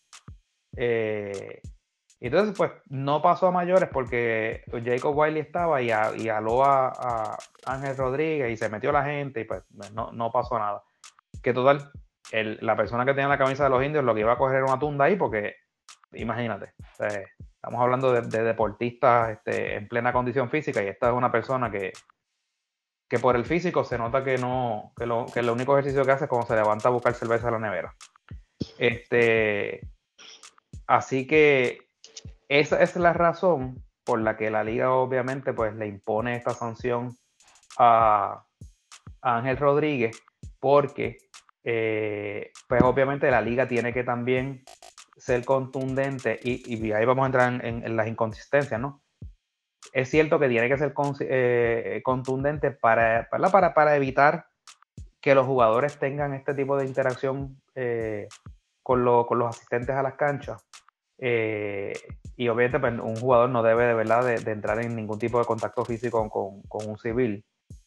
Entonces, pues no pasó a mayores porque Jacob Wiley estaba y aló a Ángel Rodríguez y se metió la gente y pues no pasó nada. Que total, la persona que tenía la camisa de los indios lo que iba a coger era una tunda ahí, porque imagínate, estamos hablando de deportistas en plena condición física, y esta es una persona que por el físico se nota que el único ejercicio que hace es cuando se levanta a buscar cerveza a la nevera. Así que esa es la razón por la que la liga obviamente pues le impone esta sanción a Ángel Rodríguez, porque pues obviamente la liga tiene que también ser contundente, y ahí vamos a entrar en las inconsistencias, ¿no? Es cierto que tiene que ser contundente para evitar que los jugadores tengan este tipo de interacción con los asistentes a las canchas. Y obviamente pues, un jugador no debe de verdad de entrar en ningún tipo de contacto físico con un civil.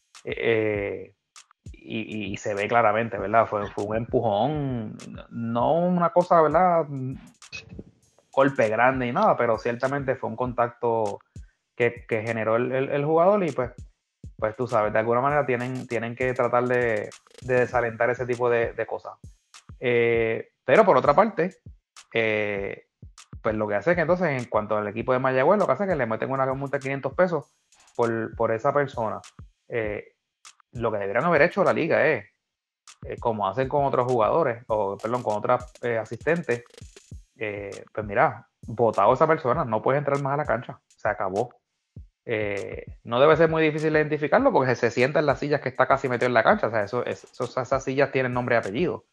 Y se ve claramente, ¿verdad? Fue un empujón, no una cosa, ¿verdad? Golpe grande y nada, pero ciertamente fue un contacto que generó el jugador, y pues tú sabes, de alguna manera tienen que tratar de desalentar ese tipo de cosas. Pero por otra parte, pues lo que hace es que entonces, en cuanto al equipo de Mayagüez, lo que hace es que le meten una multa de 500 pesos por esa persona. Lo que deberían haber hecho la liga es, como hacen con otros jugadores, con otros asistentes, pues mira, votado a esa persona, no puedes entrar más a la cancha, se acabó. No debe ser muy difícil identificarlo porque se sienta en las sillas que está casi metido en la cancha, o sea, esas sillas tienen nombre y apellido.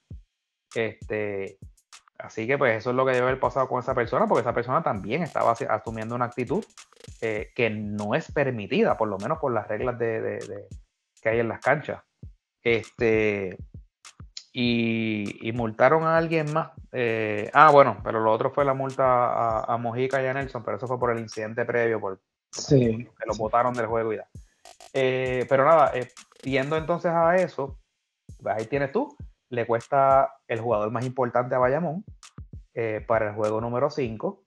Así que pues eso es lo que debe haber pasado con esa persona, porque esa persona también estaba asumiendo una actitud que no es permitida, por lo menos por las reglas que hay en las canchas. Y multaron a alguien más. Bueno, pero lo otro fue la multa a Mojica y a Nelson, pero eso fue por el incidente previo, Sí. que los botaron del juego y ya. Pero nada, yendo entonces a eso, pues ahí tienes tú, le cuesta el jugador más importante a Bayamón para el juego número 5,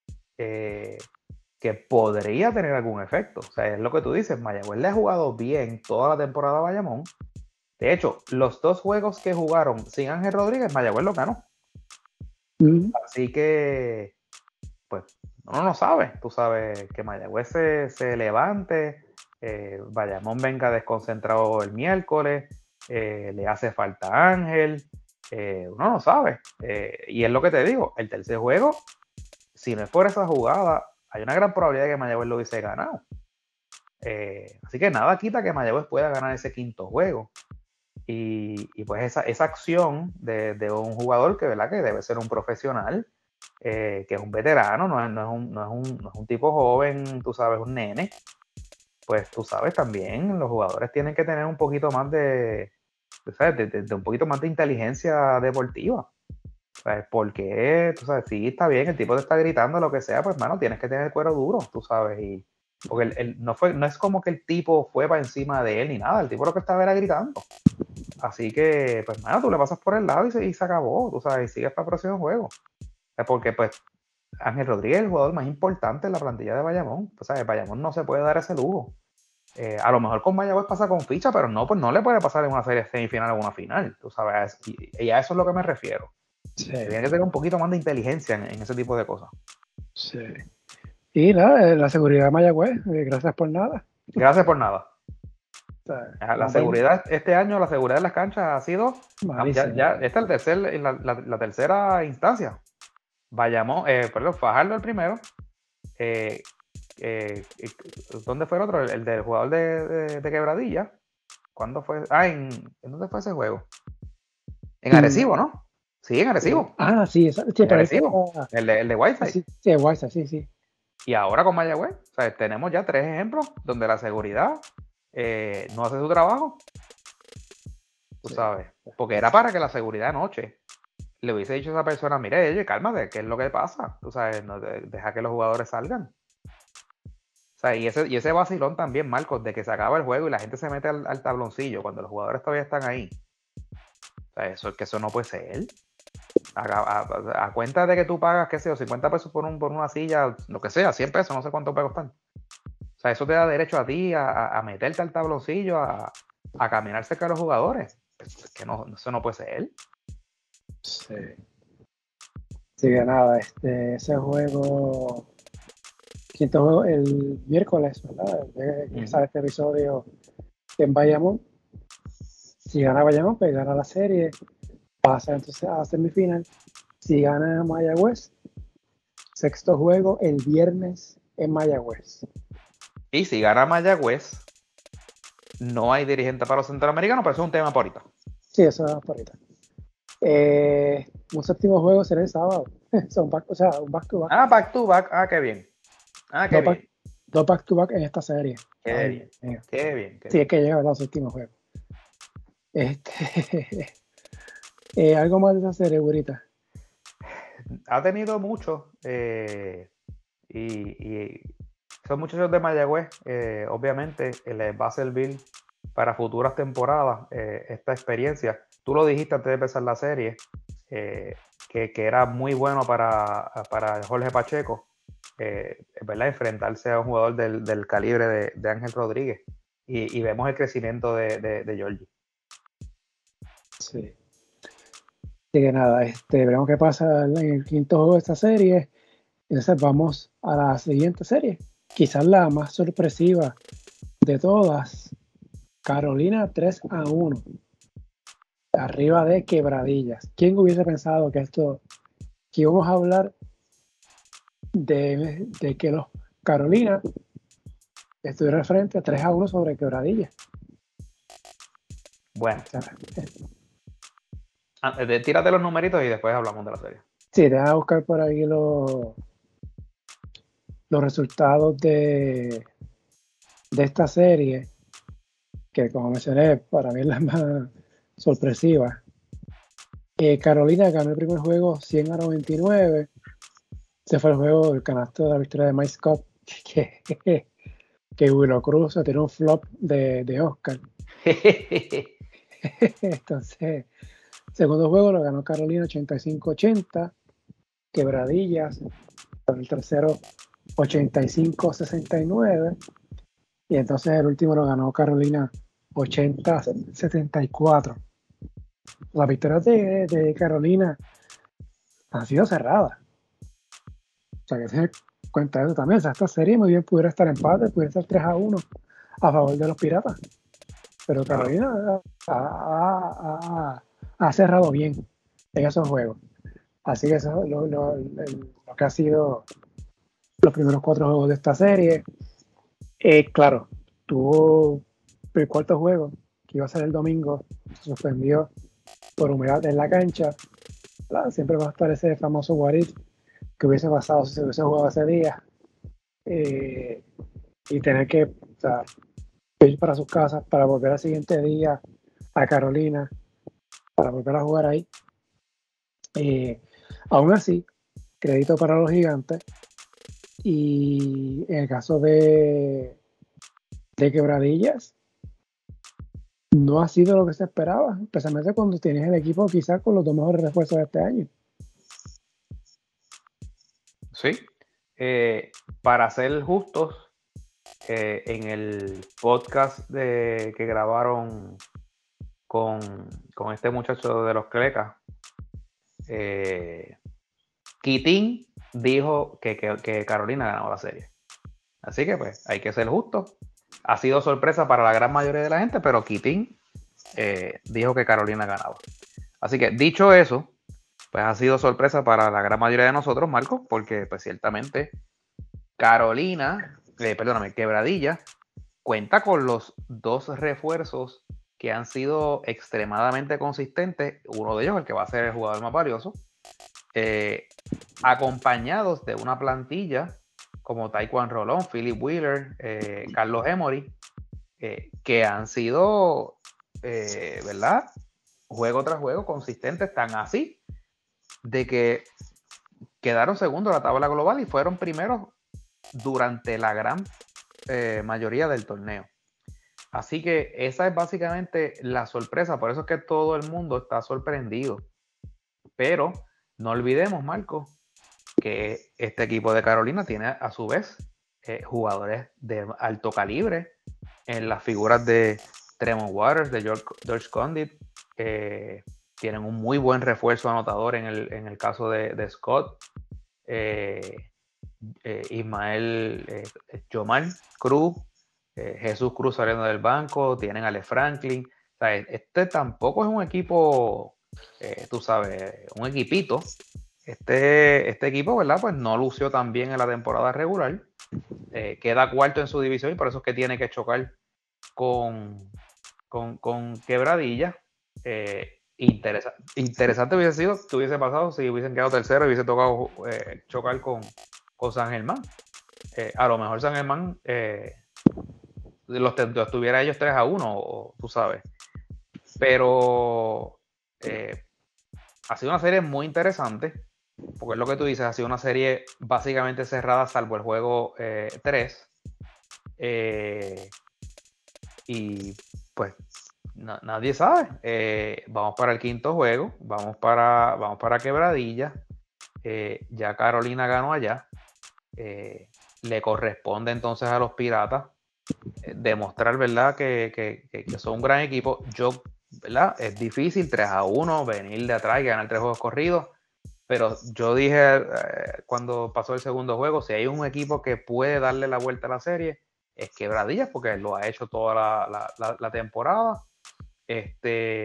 que podría tener algún efecto. O sea, es lo que tú dices, Mayagüez le ha jugado bien toda la temporada a Bayamón. De hecho, los 2 juegos que jugaron sin Ángel Rodríguez, Mayagüez lo ganó. Así que, pues, uno no sabe. Tú sabes que Mayagüez se levante, Bayamón venga desconcentrado el miércoles, le hace falta Ángel, uno no sabe. Y es lo que te digo, el tercer juego, si no es por esa jugada, hay una gran probabilidad de que Mayagüez lo hubiese ganado. Así que nada quita que Mayagüez pueda ganar ese quinto juego. Y pues esa acción de un jugador que, ¿verdad?, que debe ser un profesional, que es un veterano, no es un tipo joven, tú sabes, un nene, pues tú sabes, también los jugadores tienen que tener un poquito más ¿sabes? De un poquito más de inteligencia deportiva. ¿Sabes? Porque, tú sabes, sí, está bien, el tipo te está gritando, lo que sea, pues, mano, tienes que tener el cuero duro, tú sabes, porque no es como que el tipo fue para encima de él ni nada, el tipo lo que estaba era gritando. Así que, pues, mano, tú le pasas por el lado y se acabó, tú sabes, y sigues para el próximo juego. Porque, pues, Ángel Rodríguez es el jugador más importante en la plantilla de Bayamón. O sea, Bayamón no se puede dar ese lujo. A lo mejor con Mayagüez pasa con ficha, pero no, pues no le puede pasar en una serie semifinal o una final, tú sabes, y a eso es lo que me refiero. Sí. Tiene que tener un poquito más de inteligencia en ese tipo de cosas. Sí. Y nada, la seguridad de Mayagüez, gracias por nada. Gracias por nada. O sea, La seguridad, este año, la seguridad de las canchas ha sido, esta es la tercera instancia. Bayamón, Fajardo el primero. ¿Dónde fue el otro? El del jugador de Quebradilla. ¿Cuándo fue? ¿En dónde fue ese juego? En Arecibo, ¿no? Sí, en Arecibo. Sí, en Arecibo. El de Whiteside. Sí, Whiteside, sí. Y ahora con Mayagüez, o sea, tenemos ya 3 ejemplos donde la seguridad no hace su trabajo. Tú sabes. Porque era para que la seguridad anoche le hubiese dicho a esa persona, mire, oye, cálmate, ¿qué es lo que pasa? Tú sabes, no, deja que los jugadores salgan. O sea, y ese vacilón también, Marcos, de que se acaba el juego y la gente se mete al tabloncillo cuando los jugadores todavía están ahí. O sea, eso no puede ser. A cuenta de que tú pagas, qué sé yo, 50 pesos por una silla, lo que sea, 100 pesos, no sé cuánto puede costar. O sea, eso te da derecho a ti a meterte al tabloncillo, a caminar cerca de los jugadores. Es que no, eso no puede ser. Sí. Así que nada, ese juego, quinto juego, el miércoles, ¿verdad? Que sale este episodio en Bayamón. Si gana Bayamón, pues gana la serie, pasa entonces a semifinal. Si gana Mayagüez, sexto juego el viernes en Mayagüez. Y si gana Mayagüez, no hay dirigente para los centroamericanos, pero eso es un tema por ahorita. Sí, eso es por ahorita. Un séptimo juego será el sábado. Un back to back. Back to back. Qué bien. Qué bien. Dos back to back en esta serie. Qué bien. Sí, es que llega al séptimo juego. Algo más de esa serie, Burita. Ha tenido mucho y son muchachos de Mayagüez, obviamente les va a servir para futuras temporadas esta experiencia. Tú lo dijiste antes de empezar la serie, que era muy bueno para Jorge Pacheco, ¿verdad? Enfrentarse a un jugador del calibre de Ángel Rodríguez, y vemos el crecimiento de Georgie. Sí. Así que nada, veremos qué pasa en el quinto juego de esta serie. Entonces vamos a la siguiente serie, quizás la más sorpresiva de todas. Carolina 3-1, arriba de Quebradillas. ¿Quién hubiese pensado que íbamos a hablar de que los Carolina estuvieran frente 3-1 sobre Quebradillas? Bueno, tírate los numeritos y después hablamos de la serie. Sí, deja buscar por ahí los resultados de esta serie, que como mencioné, para mí es la más sorpresiva. Carolina ganó el primer juego 100-99. Se fue el juego del canasto de la victoria de Mike Scott, que Willow Cruz tiene un flop de Oscar. Entonces, segundo juego lo ganó Carolina 85-80. Quebradillas con el tercero 85-69. Y entonces el último lo ganó Carolina 80-74. Las victorias de Carolina han sido cerradas. O sea, que tener cuenta de eso también. O sea, esta serie muy bien pudiera estar empate, pudiera estar 3-1 a favor de los Piratas. Pero Carolina ha cerrado bien en esos juegos. Así que eso es lo que ha sido los primeros 4 juegos de esta serie. Claro, tuvo el cuarto juego, que iba a ser el domingo, se suspendió por humedad en la cancha. Claro, siempre va a estar ese famoso what if que hubiese pasado si se hubiese jugado ese día, y tener que ir para sus casas para volver al siguiente día a Carolina para volver a jugar ahí. Aún así, crédito para los Gigantes, y en el caso de Quebradillas no ha sido lo que se esperaba, especialmente cuando tienes el equipo quizás con los 2 mejores refuerzos de este año. Sí. Para ser justos, en el podcast que grabaron con este muchacho de los Clecas, Quitín dijo que Carolina ganó la serie. Así que pues hay que ser justos. Ha sido sorpresa para la gran mayoría de la gente, pero Quitín dijo que Carolina ganaba. Así que dicho eso, pues ha sido sorpresa para la gran mayoría de nosotros, Marcos, porque pues ciertamente Quebradilla cuenta con los dos refuerzos que han sido extremadamente consistentes. Uno de ellos, el que va a ser el jugador más valioso, acompañados de una plantilla como Taekwondo Rolón, Philip Wheeler, Carlos Emory, que han sido, ¿verdad? Juego tras juego consistentes, tan así de que quedaron segundos en la tabla global y fueron primeros durante la gran mayoría del torneo. Así que esa es básicamente la sorpresa, por eso es que todo el mundo está sorprendido. Pero no olvidemos, Marco, que este equipo de Carolina tiene a su vez jugadores de alto calibre en las figuras de Tremont Waters, de George Condit. Tienen un muy buen refuerzo anotador en el caso de Scott. Ismael Jomar Cruz, Jesús Cruz saliendo del banco, tienen a Ale Franklin. O sea, este tampoco es un equipo, tú sabes, un equipito. Este equipo, ¿verdad? Pues no lució tan bien en la temporada regular. Queda cuarto en su división y por eso es que tiene que chocar con Quebradilla. Interesante hubiese sido que hubiese pasado si hubiesen quedado tercero y hubiese tocado chocar con San Germán. A lo mejor San Germán los tuviera ellos 3-1, o, tú sabes. Pero ha sido una serie muy interesante, porque es lo que tú dices, ha sido una serie básicamente cerrada, salvo el juego 3. Y pues nadie sabe. Vamos para el quinto juego, vamos para Quebradilla. Ya Carolina ganó allá. Le corresponde entonces a los Piratas demostrar, ¿verdad? Que son un gran equipo. ¿Verdad? Es difícil 3-1 venir de atrás y ganar 3 juegos corridos. Pero yo dije cuando pasó el segundo juego, si hay un equipo que puede darle la vuelta a la serie, es Quebradillas, porque lo ha hecho toda la temporada. Es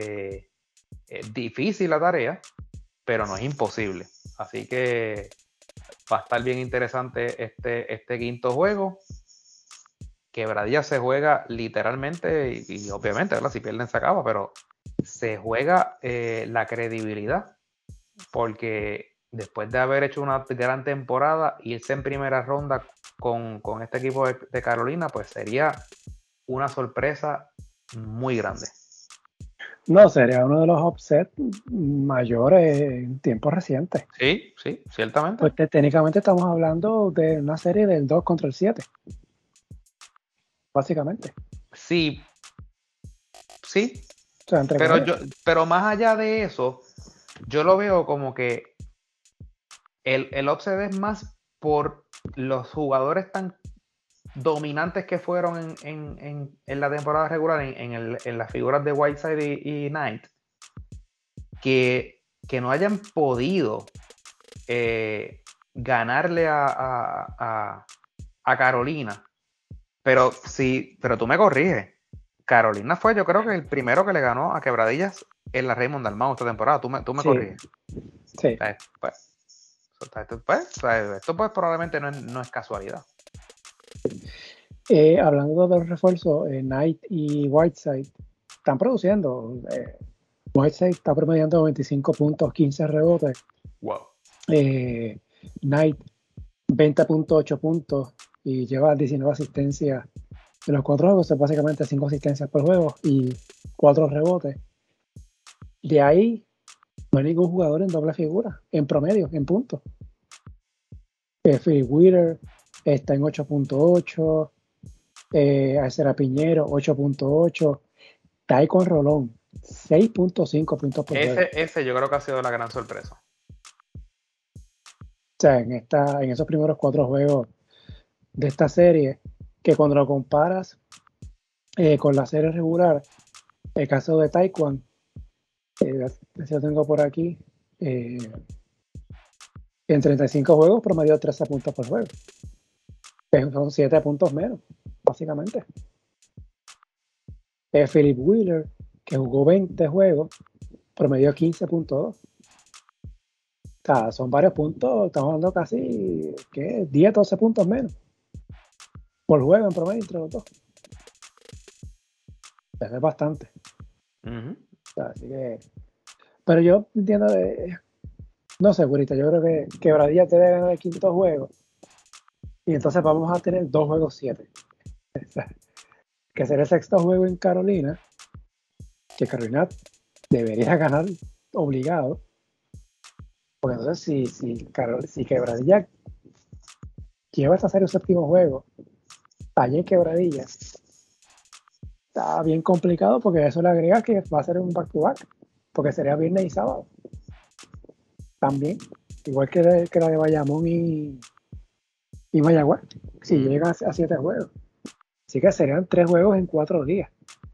difícil la tarea, pero no es imposible. Así que va a estar bien interesante este quinto juego. Quebradilla se juega literalmente, y obviamente, ¿verdad? Si pierden se acaba, pero se juega la credibilidad, porque después de haber hecho una gran temporada, irse en primera ronda con este equipo de Carolina, pues sería una sorpresa muy grande. No, sería uno de los upsets mayores en tiempos recientes. Sí, ciertamente. Porque técnicamente estamos hablando de una serie del 2 contra el 7. Básicamente. Sí. O sea, pero más allá de eso, yo lo veo como que el upset es más por los jugadores tan dominantes que fueron en la temporada regular, en las figuras de Whiteside y Knight, que no hayan podido ganarle a Carolina. Pero tú me corriges. Carolina fue, yo creo que el primero que le ganó a Quebradillas en la Raymond Dalmau esta temporada. Tú me corriges. Sí. Esto pues probablemente no es casualidad. Hablando de los refuerzos, Knight y Whiteside están produciendo. Whiteside está promediando 25 puntos, 15 rebotes. Wow. Knight 20.8 puntos y lleva 19 asistencias en los 4 juegos, básicamente 5 asistencias por juego y 4 rebotes. De ahí no hay ningún jugador en doble figura, en promedio, en puntos. Phil Wheeler está en 8.8, Arcera Piñero 8.8, Taekwondo Rolón 6.5 puntos por juego. Ese yo creo que ha sido la gran sorpresa. sea, en esos primeros 4 juegos de esta serie, que cuando lo comparas con la serie regular, el caso de Taekwondo, yo tengo por aquí, en 35 juegos promedió 13 puntos por juego. Son 7 puntos menos, básicamente. Philip Wheeler, que jugó 20 juegos, promedió 15.2. O sea, son varios puntos, estamos hablando casi 10, 12 puntos menos por juego en promedio entre los dos. Es bastante. Uh-huh. O sea, así que, pero yo entiendo, no sé, Gurita, yo creo que Quebradilla te debe ganar el 5.º juego y entonces vamos a tener 2 juegos 7. O sea, que será el 6.º juego en Carolina, que Carolina debería ganar obligado, porque entonces si Quebradilla lleva esta serie un 7.º juego allí en Quebradilla, está bien complicado porque eso le agrega que va a ser un back-to-back, porque sería viernes y sábado también, igual que la de Bayamón y Mayagüez, si llega a 7 juegos. Así que serían 3 juegos en 4 días.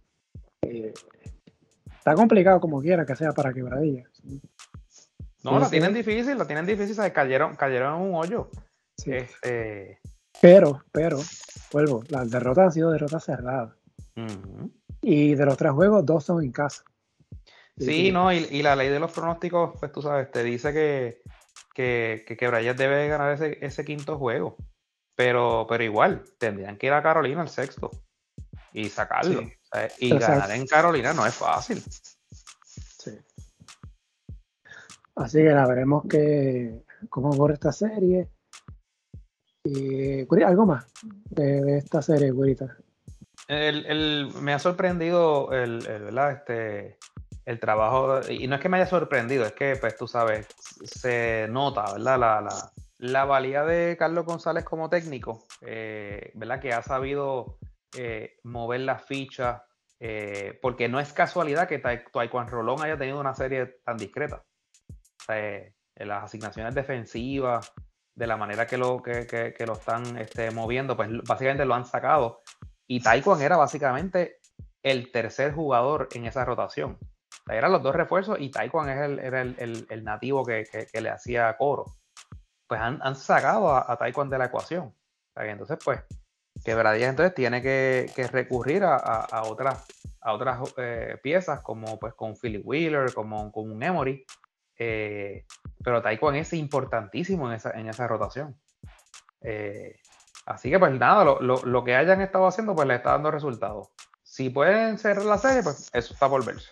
Está complicado como quiera que sea para Quebradilla. No, la tienen difícil, ¿sabes? Cayeron en un hoyo. Sí. Pero, vuelvo, las derrotas han sido derrotas cerradas. Uh-huh. Y de los 3 juegos, 2 son en casa. Sí, no, y la ley de los pronósticos, pues tú sabes, te dice que Quebradilla debe ganar ese 5.º juego. Pero igual, tendrían que ir a Carolina el 6.º y sacarlo. Sí. ¿Sabes? Y ganar en Carolina no es fácil. Sí. Así que la veremos cómo corre esta serie. Y algo más de esta serie, Gurita. Me ha sorprendido ¿verdad? El trabajo, y no es que me haya sorprendido, es que, pues tú sabes, se nota, ¿verdad? La valía de Carlos González como técnico, ¿verdad? Que ha sabido mover las fichas, porque no es casualidad que Taekwondo Rolón haya tenido una serie tan discreta. En las asignaciones defensivas, de la manera que lo están moviendo, pues básicamente lo han sacado. Y Taekwondo era básicamente el tercer jugador en esa rotación. O sea, eran los 2 refuerzos y Taekwondo era el nativo que le hacía coro. Pues han sacado a Taekwondo de la ecuación. O sea, entonces, pues, Quebradilla entonces tiene que recurrir a otras piezas, como pues con Philip Wheeler, como con un Emory. Pero Taekwondo es importantísimo en esa rotación. Así que pues nada, lo que hayan estado haciendo pues le está dando resultados. Si pueden cerrar la serie, pues eso está por verse.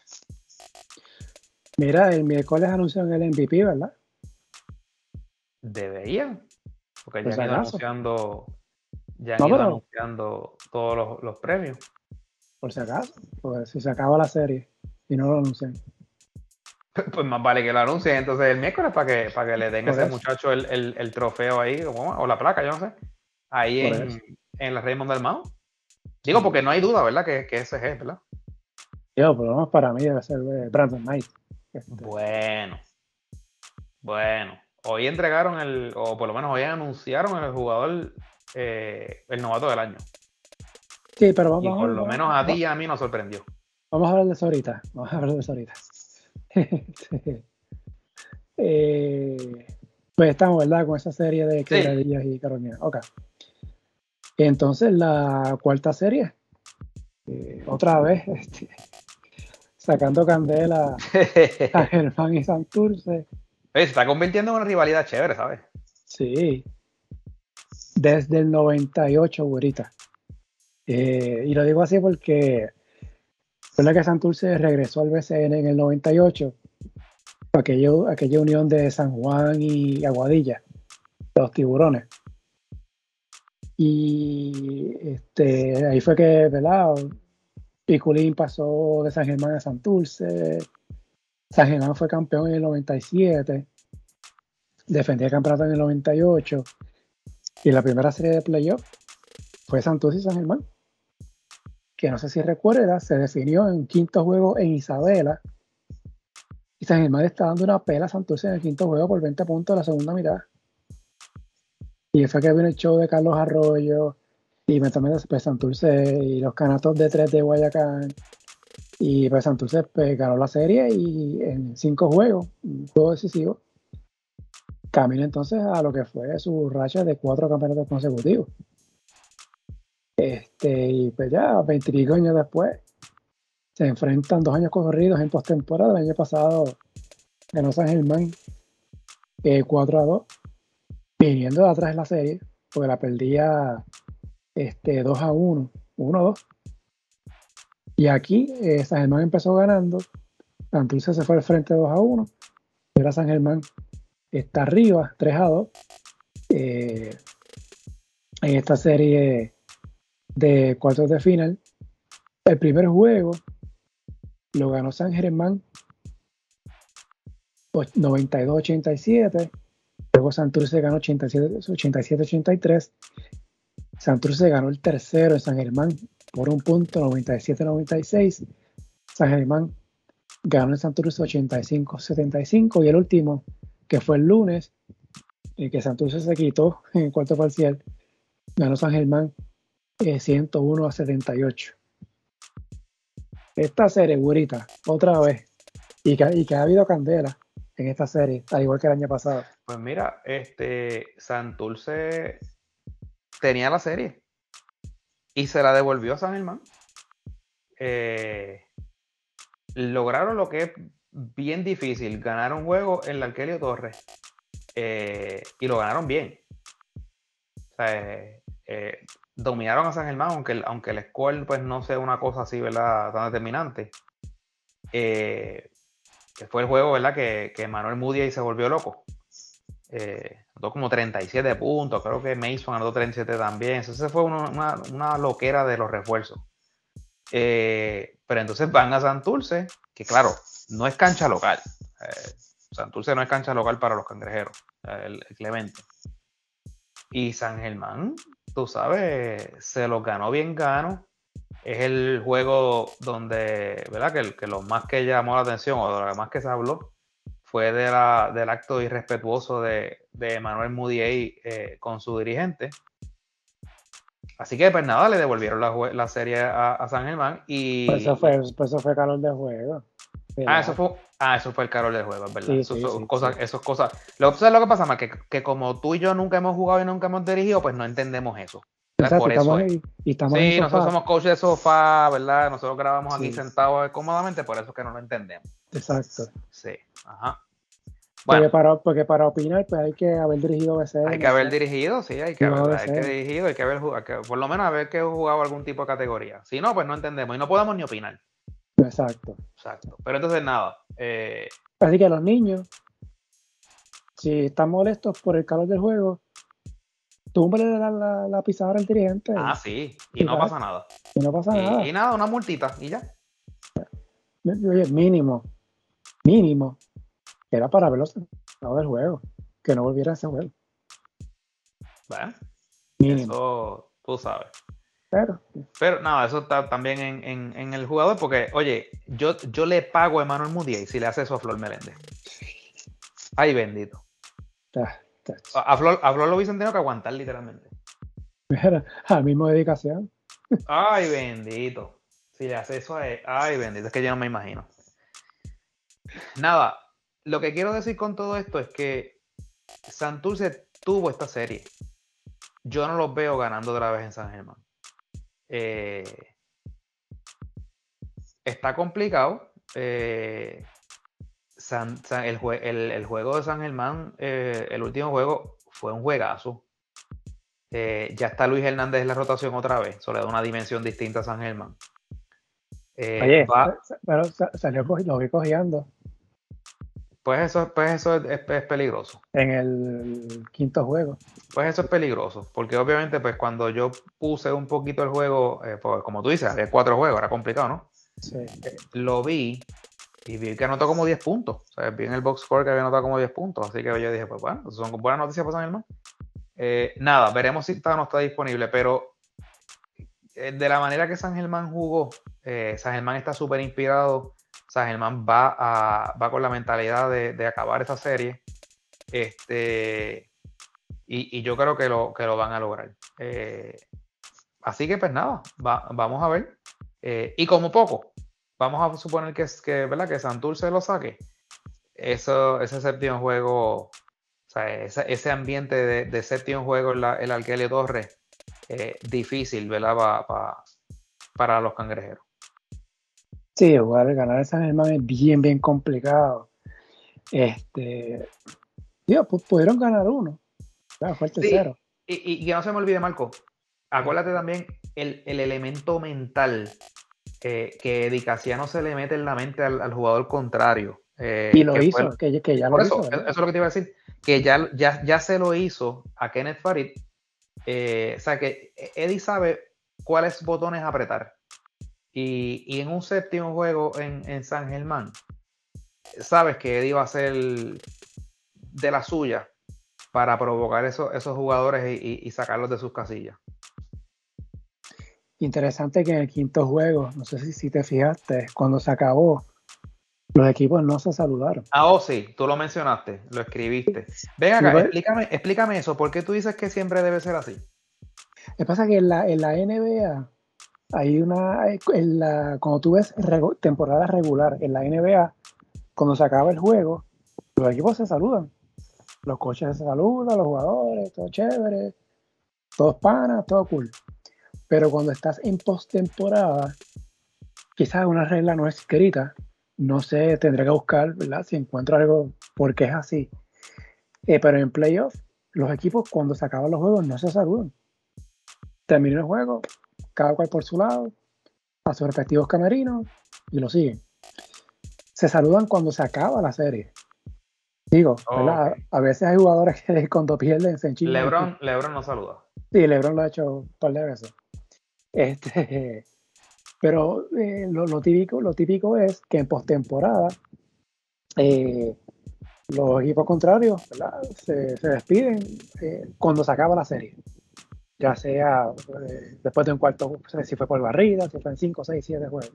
Mira, el miércoles anunciaron el MVP, ¿verdad? Deberían, porque Por ya han si ido acaso. anunciando todos los premios. Por si acaso, pues si se acaba la serie y no lo anuncian. Pues más vale que lo anuncien entonces el miércoles para que le den a ese muchacho el trofeo ahí, o la placa, yo no sé, ahí en la Raymond del Mao. Digo, porque no hay duda, ¿verdad? Que ese es, ¿verdad? Yo, por lo menos para mí debe ser Brandon Knight. Bueno. Hoy entregaron o por lo menos hoy anunciaron el jugador, el novato del año. Sí, pero y por lo menos a ti y a mí nos sorprendió. Vamos a hablar de eso ahorita. Pues estamos, ¿verdad? Con esa serie de Quebradillas y Carolina. Ok. Entonces, la 4ª serie. Otra vez, sacando candela a Germán y Santurce. Se está convirtiendo en una rivalidad chévere, ¿sabes? Sí. Desde el 98, güerita. Y lo digo así porque fue la que Santurce regresó al BCN en el 98. Aquella unión de San Juan y Aguadilla, los Tiburones. Y ahí fue que, ¿verdad? Piculín pasó de San Germán a Santurce. San Germán fue campeón en el 97. Defendía el campeonato en el 98. Y la primera serie de playoff fue Santurce y San Germán. Que no sé si recuerdas, se definió en un 5.º juego en Isabela. Y San Germán está dando una pela a Santurce en el 5.º juego por 20 puntos en la segunda mitad. Y fue que vino el show de Carlos Arroyo, y me tomé después Santurce, y los canatos de 3 de Guayacán, y pues Santurce pues, ganó la serie y en 5 juegos, un juego decisivo, camina entonces a lo que fue su racha de 4 campeonatos consecutivos. Y pues ya, 20 años después, se enfrentan 2 años corridos en postemporada. El año pasado ganó San Germán 4-2, viniendo de atrás en la serie, porque la perdía 2-1, 1-2. Y aquí San Germán empezó ganando, Santurce se fue al frente 2-1, y ahora San Germán está arriba 3-2 en esta serie de cuartos de final. El primer juego lo ganó San Germán 92-87, luego Santurce ganó 87-83, Santurce ganó el tercero en San Germán por un punto, 97-96, San Germán ganó en Santurce 85-75, y el último, que fue el lunes, en que Santurce se quitó en el cuarto parcial, ganó San Germán 101-78. Esta serie, Gurita, otra vez, y que ha habido candela en esta serie, al igual que el año pasado. Pues mira, Santurce tenía la serie y se la devolvió a San Germán. Lograron lo que es bien difícil, ganar un juego en la Arquelio Torres, y lo ganaron bien. O sea, dominaron a San Germán, aunque el score pues no sea una cosa así, ¿verdad?, tan determinante. Que fue el juego, ¿verdad?, que Manuel Moody se volvió loco. Anotó como 37 puntos, creo que Mason anotó 37 también. Eso fue una loquera de los refuerzos. Pero entonces van a Santurce, que claro, no es cancha local. Santurce no es cancha local para los cangrejeros, el Clemente. Y San Germán, tú sabes, se los ganó bien gano. Es el juego donde, ¿verdad?, que lo más que llamó la atención, o de lo más que se habló, fue del acto irrespetuoso de Manuel Mudiay con su dirigente. Así que pues nada, le devolvieron la serie a San Germán y... Pues eso fue calor de juego. Eso fue el calor del juego, es verdad. Sí, Eso sí. es cosas. ¿Sabes lo que pasa, más? Que como tú y yo nunca hemos jugado y nunca hemos dirigido, pues no entendemos eso. Exacto, Por eso es. Estamos Sí, en nosotros sofá. somos coach de sofá, ¿verdad? Nosotros grabamos aquí Sí. sentados cómodamente, por eso es que no lo entendemos. Exacto. Sí, ajá. Bueno, porque para opinar, pues hay que haber dirigido BCN. Hay que haber dirigido, sí, hay que dirigido, hay que haber por lo menos haber que jugado algún tipo de categoría. Si no, pues no entendemos y no podemos ni opinar. Exacto. Pero entonces nada. Así que los niños, si están molestos por el calor del juego, túmbale la pizarra al dirigente. Sí, y no pasa nada. Y no pasa nada. Y nada, una multita y ya. Oye, mínimo, era para ver los resultados del juego, que no volviera a ese juego. Bueno, mínimo. Eso tú sabes. Pero nada, eso está también en el jugador, porque, oye, yo le pago a Emmanuel Mudiay si le hace eso a Flor Meléndez. Ay, bendito. A Flor lo hubiesen tenido que aguantar, literalmente. Mira, al mismo dedicación. Ay, bendito. Si le hace eso a él, ay, bendito, es que yo no me imagino. Nada, lo que quiero decir con todo esto es que Santurce tuvo esta serie. Yo no los veo ganando otra vez en San Germán. Está complicado. El juego de San Germán, el último juego, fue un juegazo. Ya está Luis Hernández en la rotación otra vez. Eso le da una dimensión distinta a San Germán. Oye, pero salió, lo vi cojeando. Pues eso es peligroso. En el quinto juego. Pues eso es peligroso, porque obviamente pues cuando yo puse un poquito el juego, pues, como tú dices, había 4 juegos, era complicado, ¿no? Sí. Lo vi y vi que anotó como 10 puntos. O sea, vi en el box score que había anotado como 10 puntos, así que yo dije, pues bueno, son buenas noticias para San Germán. Nada, veremos si está o no está disponible, pero de la manera que San Germán jugó, San Germán está súper inspirado. San Germán va con la mentalidad de acabar esta serie. y yo creo que lo van a lograr. Así que pues nada, vamos a ver. Y como poco, vamos a suponer ¿verdad? Que Santurce lo saque. Ese séptimo juego, o sea, ese ambiente de séptimo juego en el Arkelio Torres, difícil, ¿verdad? Para los cangrejeros. Sí, ganar el San Germán es bien, bien complicado. Pudieron ganar uno. Claro, fue el tercero. Sí, y que no se me olvide, Marco, acuérdate también el elemento mental que Eddie Casiano se le mete en la mente al jugador contrario. Y lo hizo, que ya lo hizo. Eso es lo que te iba a decir, que ya se lo hizo a Kenneth Farid. O sea, que Eddie sabe cuáles botones apretar. Y en un séptimo juego en San Germán, sabes que Eddie va a ser de la suya para provocar esos jugadores y sacarlos de sus casillas. Interesante que en el quinto juego, no sé si te fijaste, cuando se acabó, los equipos no se saludaron. Sí, tú lo mencionaste, lo escribiste. Ven acá, explícame eso. ¿Por qué tú dices que siempre debe ser así? Lo que pasa es que en la NBA hay cuando tú ves temporada regular en la NBA, cuando se acaba el juego, los equipos se saludan. Los coaches se saludan, los jugadores, todo chévere, todos panas, todo cool. Pero cuando estás en postemporada, quizás una regla no escrita, no sé, tendré que buscar, ¿verdad? Si encuentro algo, porque es así. Pero en playoff, los equipos cuando se acaban los juegos no se saludan. Termina el juego, cada cual por su lado, a sus respectivos camerinos y lo siguen. Se saludan cuando se acaba la serie. Digo, ¿verdad? Okay. A veces hay jugadores que cuando pierden se enchingan. LeBron no saluda. Sí, LeBron lo ha hecho un par de veces. Pero lo típico es que en postemporada los equipos contrarios, ¿verdad? Se despiden cuando se acaba la serie. Ya sea después de un cuarto, si fue por barrida, si fue en 5, 6, 7 juegos.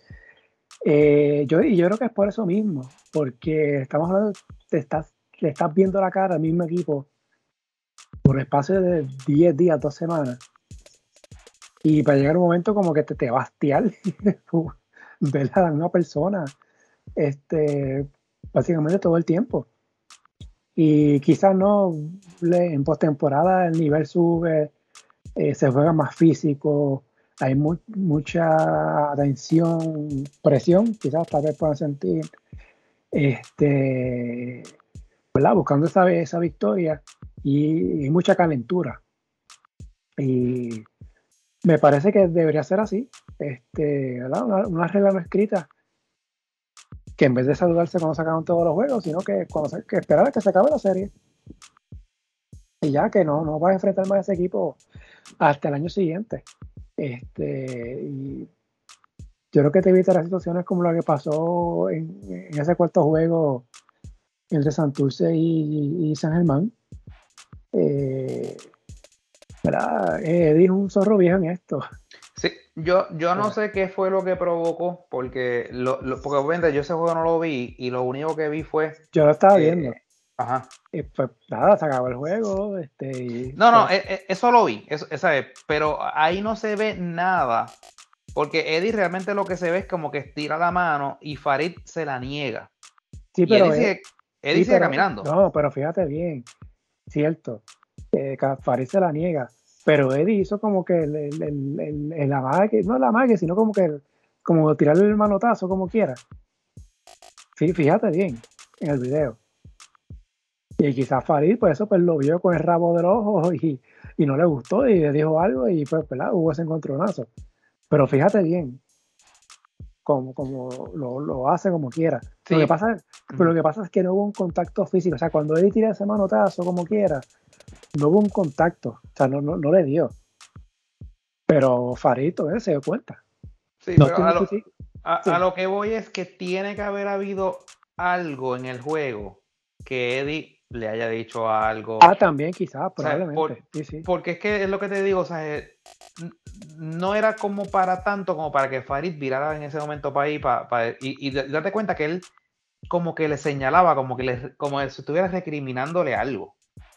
Yo creo que es por eso mismo, porque estamos hablando, le estás viendo la cara al mismo equipo por espacio de 10 días, 2 semanas. Y para llegar un momento como que te va a hastiar ver a la misma persona básicamente todo el tiempo. Y quizás no en postemporada el nivel sube, se juega más físico, hay mucha tensión, presión, quizás tal vez puedan sentir, ¿verdad? Buscando esa victoria y mucha calentura. Y me parece que debería ser así, ¿verdad? Una regla no escrita, que en vez de saludarse cuando se acaban todos los juegos, sino que que esperar a que se acabe la serie. Y ya que no vas a enfrentar más a ese equipo hasta el año siguiente. Y yo creo que te evitará situaciones como la que pasó en ese cuarto juego entre Santurce y San Germán. Eddie es un zorro viejo en esto. Sí, yo no sé qué fue lo que provocó, porque porque obviamente yo ese juego no lo vi y lo único que vi fue. Yo lo estaba viendo. Ajá. Pues nada, se acabó el juego. No, eso lo vi, esa vez, pero ahí no se ve nada, porque Eddie realmente lo que se ve es como que estira la mano y Farid se la niega. Sí, y pero Eddie sigue caminando. No, pero fíjate bien, cierto, Farid se la niega, pero Eddie hizo como que el amague, no el amague, sino como que como tirarle el manotazo como quiera. Fíjate bien en el video. Y quizás Farid, pues eso pues lo vio con el rabo del ojo y no le gustó y le dijo algo y pues, ¿verdad? Hubo ese encontronazo. Pero fíjate bien, como lo hace como quiera. Sí. Lo que pasa es que no hubo un contacto físico. O sea, cuando Eddie tira ese manotazo como quiera, no hubo un contacto. O sea, no le dio. Pero Farid se dio cuenta. Sí, no, pero a lo que voy es que tiene que haber habido algo en el juego que Eddie le haya dicho algo. También quizás, probablemente. O sea, porque es que es lo que te digo, o sea, no era como para tanto como para que Farid virara en ese momento para ahí y date cuenta que él como que le señalaba, como si estuviera recriminándole algo.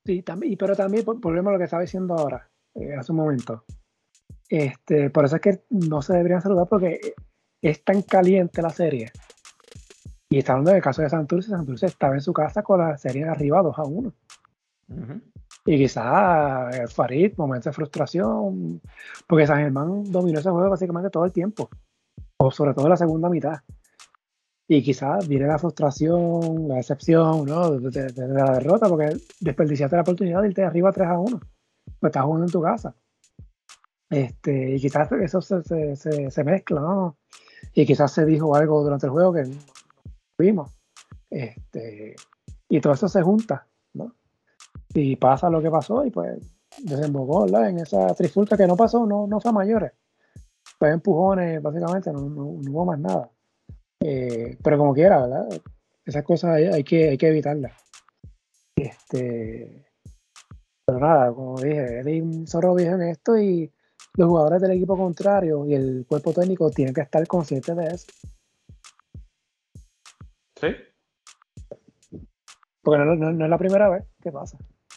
Sí, también, pero también volvemos a lo que estaba diciendo ahora, hace un momento. Por eso es que no se deberían saludar porque es tan caliente la serie. Y está hablando del caso de Santurce estaba en su casa con la serie arriba 2-1. Uh-huh. Y quizás Farid, momentos de frustración, porque San Germán dominó ese juego básicamente todo el tiempo, o sobre todo en la segunda mitad. Y quizás viene la frustración, la decepción, ¿no? de la derrota, porque desperdiciaste la oportunidad de irte arriba 3-1, pues estás jugando en tu casa. Y quizás eso se mezcla, ¿no? Y quizás se dijo algo durante el juego que no vimos. Y todo eso se junta, ¿no? Y pasa lo que pasó y pues desembocó, ¿verdad? En esa trifulca que no pasó, no fue a mayores. Fue empujones, básicamente, no hubo más nada. Pero como quiera, ¿verdad? Esas cosas hay que evitarlas. Pero nada, como dije, Eddie un zorro viejo en esto y los jugadores del equipo contrario y el cuerpo técnico tienen que estar conscientes de eso. Sí. Porque no es la primera vez que pasa.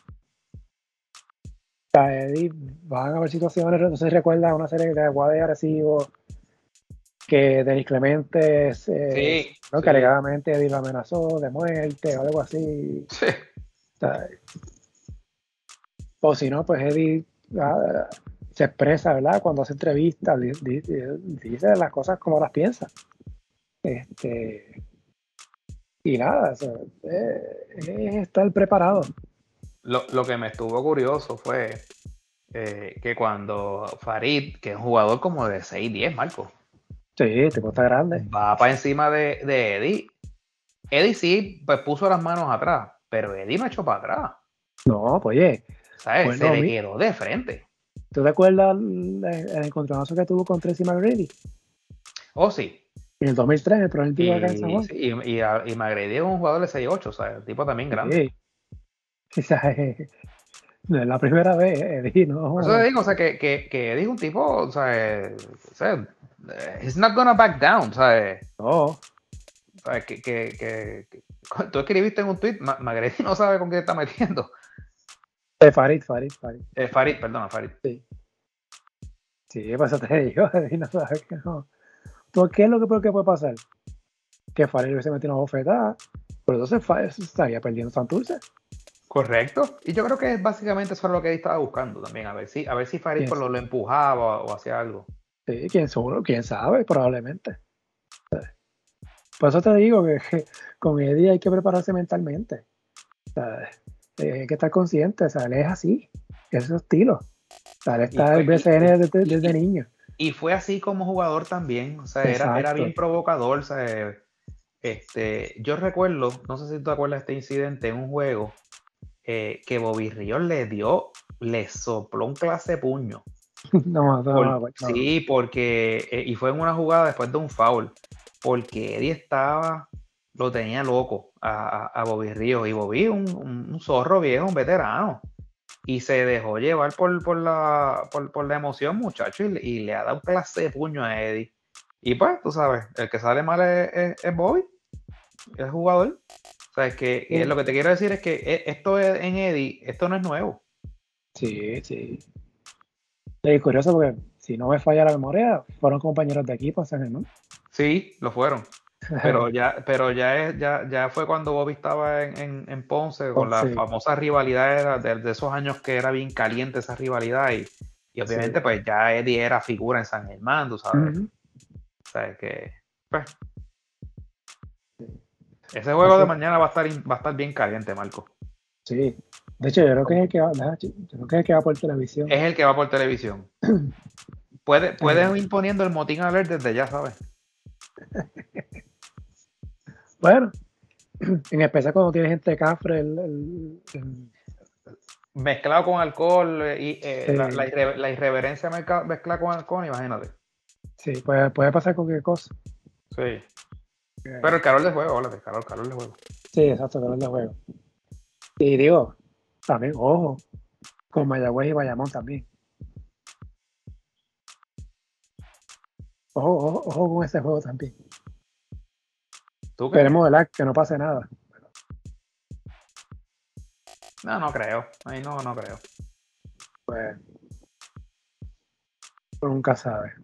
O sea, Eddie, van a haber situaciones, no sé si recuerdas una serie de Aguada y Arecibo, que Denis Clemente Sí, ¿no? sí. Cargadamente Eddie lo amenazó de muerte o algo así. Sí. O sea, o si no, pues Eddie se expresa, ¿verdad? Cuando hace entrevistas, dice las cosas como las piensa. Y nada, o sea, es estar preparado. Lo que me estuvo curioso fue que cuando Farid, que es un jugador como de 6'10", Marco, Sí, tipo está grande. va para encima de Eddie. Eddie sí, pues puso las manos atrás, pero Eddie me echó para atrás. No, pues oye, ¿Sabes? Se bueno, le quedó de frente. ¿tú te acuerdas el encontronazo que tuvo con Tracy McGrady? Oh, sí. En el 2003, en el primer título acá en San Y, Juan. sí, y McGrady es un jugador de 6'8", o sea, el tipo también grande. Sí, quizás no es la primera vez, Eddie, Por eso no. te digo, o sea, que Eddie es un tipo, o sea, he's not gonna back down, ¿sabes? No, O sea, tú escribiste en un tweet, McGrady no sabe con qué está metiendo. Farid. Farid, perdona, Farid. Sí, sí, pues eso te digo, Eddie no sabe que no. ¿Por qué es lo que puede pasar? Que Farid se metió una bofetada, pero entonces Farid estaría perdiendo Santurce. Correcto. Y yo creo que básicamente eso es lo que él estaba buscando también, a ver si Farid ¿Quién, pues, lo empujaba o hacía algo. sí, quién sabe, probablemente. Por eso te digo que con Eddie hay que prepararse mentalmente. O sea, hay que estar consciente, o sea, él es así, es su estilo. O sea, él Y está en el fue, BCN desde y- niño. y fue así como jugador también, o sea, era Exacto. bien provocador, o sea, yo recuerdo, no sé si tú te acuerdas de este incidente en un juego, que Bobby Ríos le sopló un clase de puño. No. Sí, porque, y fue en una jugada después de un foul, porque Eddie lo tenía loco a Bobby Ríos, y Bobby, un zorro viejo, un veterano, y se dejó llevar por la emoción, muchacho, y le ha dado clase de puño a Eddie. Y pues, tú sabes, el que sale mal es Bobby, el jugador. O sea, es que lo que te quiero decir es que en Eddie, esto no es nuevo. Sí. Es curioso porque, si no me falla la memoria, fueron compañeros de equipo en San Germán. Sí, lo fueron. Pero ya fue cuando Bobby estaba en Ponce con las Sí, famosas rivalidades de esos años que era bien caliente esa rivalidad y obviamente sí. pues ya Eddie era figura en San Germán, tú sabes. Ujú. O sea que pues, ese juego de Así, mañana va a estar bien caliente, Marco. sí. De hecho, yo creo que es el que va, yo creo que es el que va por televisión. Es el que va por televisión. Puedes Eh, imponiendo el motín alert desde ya, ¿sabes? bueno, en especial cuando tiene gente de Cafre, Mezclado con alcohol y la sí, irreverencia mezclada con alcohol, imagínate. sí, puede pasar cualquier cosa. Sí. Pero el calor de juego, hola, calor de juego. Sí, exacto, que no es de juego. Y digo, también, ojo, con Mayagüez y Bayamón también. Ojo con ese juego también. ¿Tú qué? Esperemos, ¿verdad? Que no pase nada. No creo. Ahí no creo. Pues uno nunca sabe.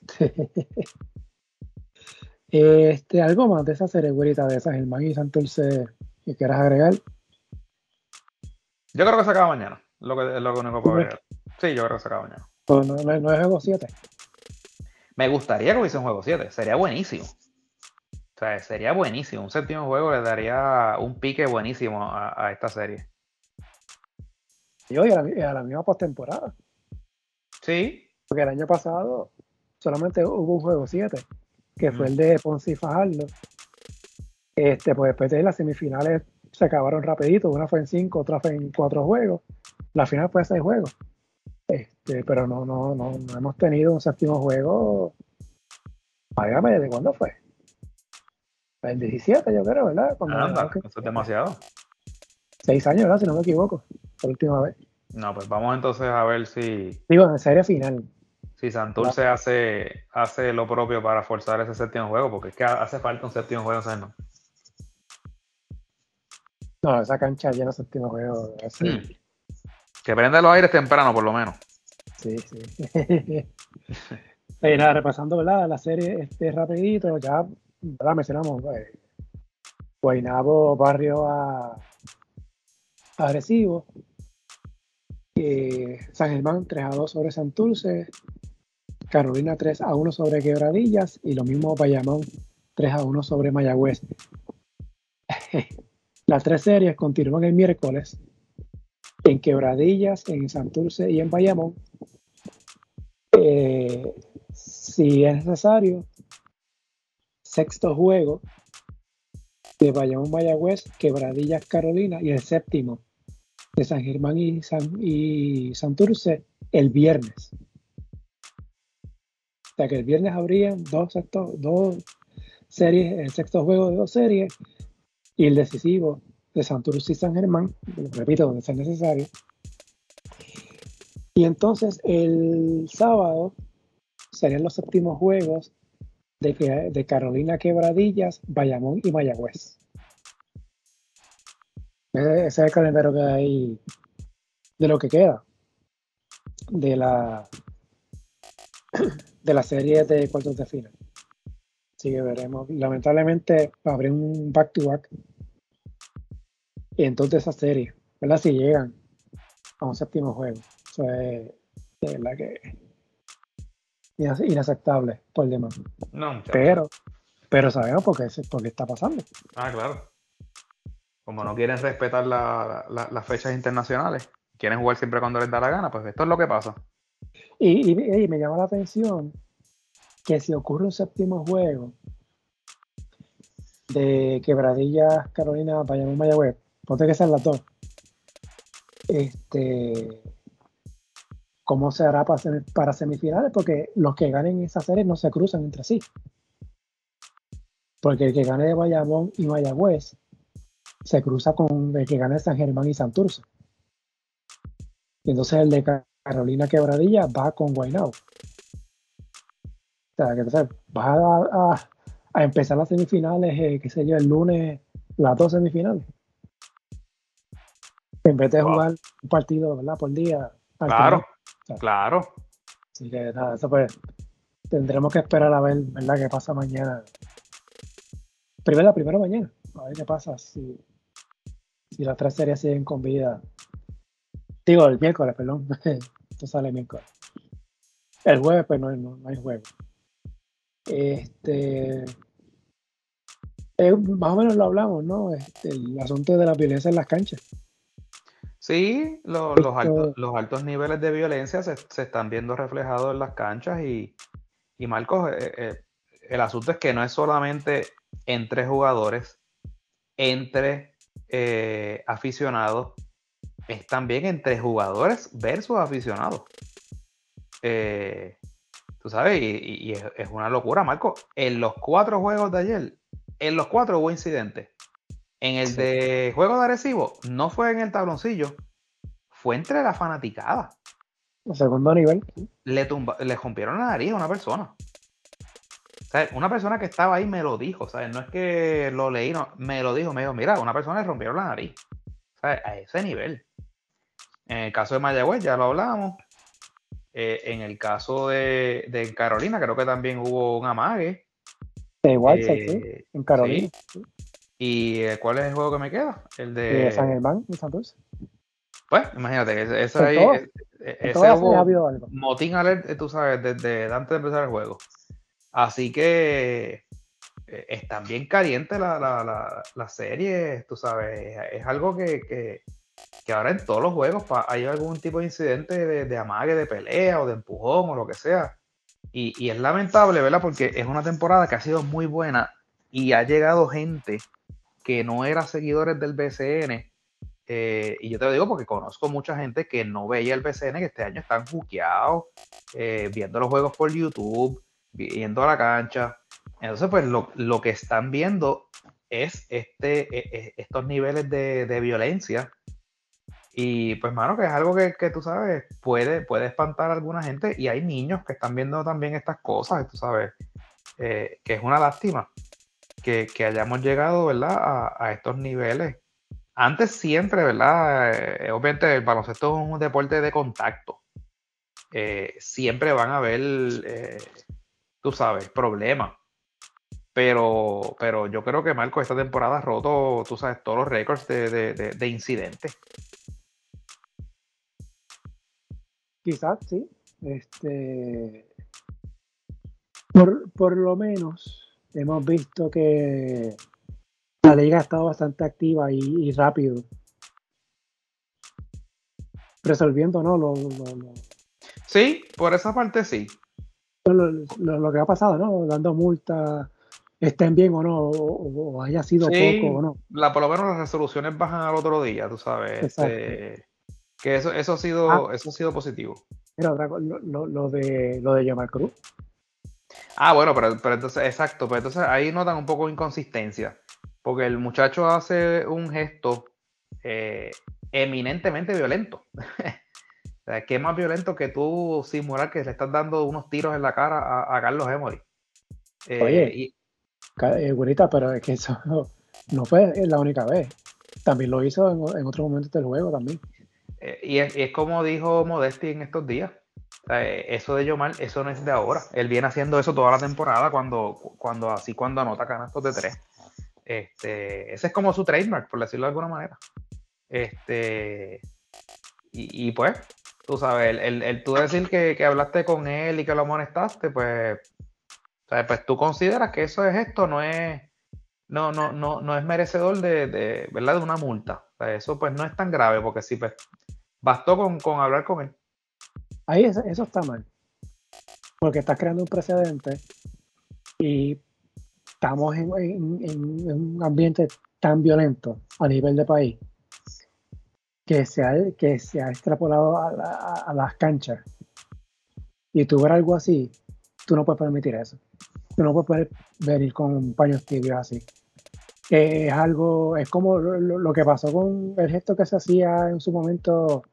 Algo más de esa serie, güerita, de esas, Germán y Santurce, que quieras agregar. Yo creo que se acaba mañana. Es lo único para agregar. Sí, yo creo que se acaba mañana. Pues no es juego 7. Me gustaría que hubiese un juego 7. Sería buenísimo. O sea, sería buenísimo. Un séptimo juego le daría un pique buenísimo a esta serie. Y hoy a la misma postemporada. Sí. Porque el año pasado solamente hubo un juego 7, que fue el de Ponce y Fajardo. Pues después de las semifinales se acabaron rapidito. Una fue en 5, otra fue en 4 juegos. La final fue 6 juegos. Pero no hemos tenido un séptimo juego. Págame, ¿desde cuándo fue? El 17, yo creo, ¿verdad? Anda, eso es demasiado. 6 años, ¿verdad? Si no me equivoco, por última vez. No, pues vamos entonces a ver si Digo, en serie final. Santurce hace lo propio para forzar ese séptimo juego, porque es que hace falta un séptimo juego, ¿sabes? No, esa cancha llena de séptimo juego. Que prenda los aires temprano, por lo menos. Sí. Nada, repasando, ¿verdad? La serie rapidito, ya, ¿verdad? Mencionamos Guaynabo, barrio agresivo. San Germán 3-2 sobre Santurce. Carolina 3-1 sobre Quebradillas. Y lo mismo Bayamón 3-1 sobre Mayagüez. Las 3 series continúan el miércoles en Quebradillas, en Santurce y en Bayamón. Si es necesario, sexto juego de Bayamón Mayagüez, Quebradillas Carolina, y el séptimo de San Germán y Santurce el viernes. O sea que el viernes habrían dos series, el sexto juego de 2 series y el decisivo de Santurce y San Germán, repito, donde sea necesario. Y entonces el sábado serían los séptimos juegos de Carolina Quebradillas, Bayamón y Mayagüez. Ese es el calendario que hay de lo que queda de la serie de cuartos de final. Así que veremos. Lamentablemente habrá un back-to-back y entonces esa serie, ¿verdad? Si llegan a un séptimo juego. Eso es de verdad que inaceptable por demás. No, muchachos. Pero sabemos por qué está pasando. Claro. Como no quieren respetar las fechas internacionales, quieren jugar siempre cuando les da la gana, pues esto es lo que pasa. Y me llama la atención que si ocurre un séptimo juego de Quebradillas, Carolina, Bayamón, Mayagüez, ponte que sean las dos. ¿Cómo se hará para semifinales? Porque los que ganen esa serie no se cruzan entre sí. Porque el que gane de Bayamón y Mayagüez se cruza con el que gane de San Germán y Santurce. Y entonces el de Carolina Quebradilla va con Guaynabo. O sea, que entonces vas a empezar las semifinales, qué sé yo, el lunes, las 2 semifinales. En vez de jugar un partido, ¿verdad? Por día. Claro, claro. Así que nada, eso pues tendremos que esperar a ver, ¿verdad? Qué pasa mañana. Primero mañana. A ver qué pasa si las 3 series siguen con vida. Digo, el miércoles, perdón. Esto sale el miércoles. El jueves, pues no hay juego. Más o menos lo hablamos, ¿no? El asunto de la violencia en las canchas. Sí, los altos niveles de violencia se están viendo reflejados en las canchas y Marcos, el asunto es que no es solamente entre jugadores, entre aficionados, es también entre jugadores versus aficionados. Tú sabes, y es una locura, Marco. En los 4 juegos de ayer, en los 4 hubo incidentes. En el de juego de Arecibo, no fue en el tabloncillo, fue entre la fanaticada. El segundo nivel. Le rompieron la nariz a una persona. O sea, una persona que estaba ahí me lo dijo, ¿sabes? No es que lo leí, no, me lo dijo, me dijo, mira, una persona le rompieron la nariz. ¿sabes? A ese nivel. En el caso de Mayagüez, ya lo hablamos. En el caso de Carolina, creo que también hubo un amague. Igual, sí, en Carolina. Sí. ¿Y cuál es el juego que me queda? El San de... Germán y Santurce. Pues, imagínate, ese En ahí, todas, en ese todas las series ha hubo habido algo. motín alert, tú sabes, desde antes de empezar el juego. Así que están bien calientes las series, tú sabes. Es algo que ahora en todos los juegos hay algún tipo de incidente de amague, de pelea o de empujón o lo que sea. Y es lamentable, ¿verdad? Porque es una temporada que ha sido muy buena y ha llegado gente que no era seguidores del BCN. Y yo te lo digo porque conozco mucha gente que no veía el BCN, que este año están juqueados, viendo los juegos por YouTube, viendo la cancha. Entonces, pues lo que están viendo es estos niveles de violencia. Y pues, mano, que es algo que tú sabes, puede espantar a alguna gente. Y hay niños que están viendo también estas cosas, tú sabes, que es una lástima que hayamos llegado, ¿verdad? A estos niveles. Antes siempre, ¿verdad? Obviamente el baloncesto es un deporte de contacto. Siempre van a haber, tú sabes, problemas. Pero yo creo que Marco esta temporada ha roto, tú sabes, todos los récords de incidentes. Quizás, sí. Por lo menos hemos visto que la liga ha estado bastante activa y rápido, resolviendo, ¿no? Sí, por esa parte sí. Lo que ha pasado, ¿no? Dando multas, estén bien o no, o haya sido poco Sí, o no. por lo menos las resoluciones bajan al otro día, tú sabes. Exacto. Que eso ha Ah, sido positivo. mira, lo de Jamal Cruz. Ah, bueno, pero entonces, exacto, pero entonces ahí notan un poco de inconsistencia, porque el muchacho hace un gesto eh, eminentemente violento. O sea, ¿qué más violento que tú simular que le estás dando unos tiros en la cara a Carlos Emory? Oye, Y, güerita, pero es que eso no fue la única vez. También lo hizo en otros momentos del juego también. y es como dijo Modesti en estos días. O sea, eso de Yomar, eso no es de ahora. Él viene haciendo eso toda la temporada cuando anota canastos de tres. Ese es como su trademark, por decirlo de alguna manera. Y pues, tú sabes, el tú decir que hablaste con él y que lo amonestaste, pues, o sea, pues tú consideras que eso es esto, no es merecedor ¿verdad? De una multa. O sea, eso pues no es tan grave, porque sí, pues, bastó con hablar con él. Ahí eso está mal, porque estás creando un precedente y estamos en un ambiente tan violento a nivel de país que se ha extrapolado a las canchas. Y tú ver algo así, tú no puedes permitir eso. Tú no puedes venir con paños tibios así. Es como lo que pasó con el gesto que se hacía en su momento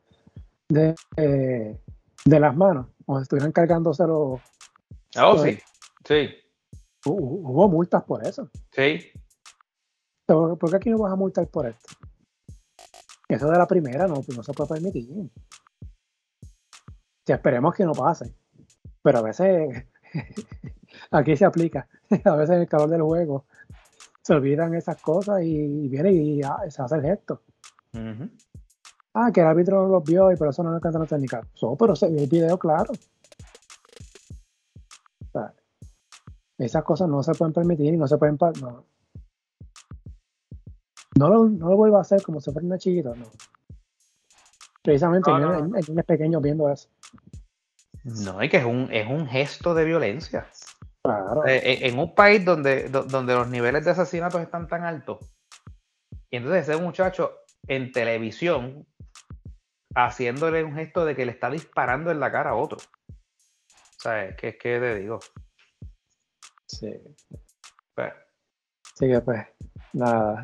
de las manos, como si estuvieran cargándose Oh, sí, sí, hubo multas por eso. sí. ¿Por qué aquí no vas a multar por esto? Eso de la primera no se puede permitir. Si esperemos que no pase. Pero a veces aquí se aplica. A veces en el calor del juego se olvidan esas cosas y viene y se hace el gesto. Uh-huh. Que el árbitro los vio y por eso no le cantan la técnica. Pero se vio el video claro. O sea, esas cosas no se pueden permitir y no se pueden. No lo vuelva a hacer como si fuera un chiquito, no. Precisamente No. el niño pequeño viendo eso. No, y que es un gesto de violencia. Claro. En un país donde los niveles de asesinatos están tan altos, y entonces ese muchacho en televisión haciéndole un gesto de que le está disparando en la cara a otro. O sea, es que te digo. Sí. Pues, Así que pues, nada.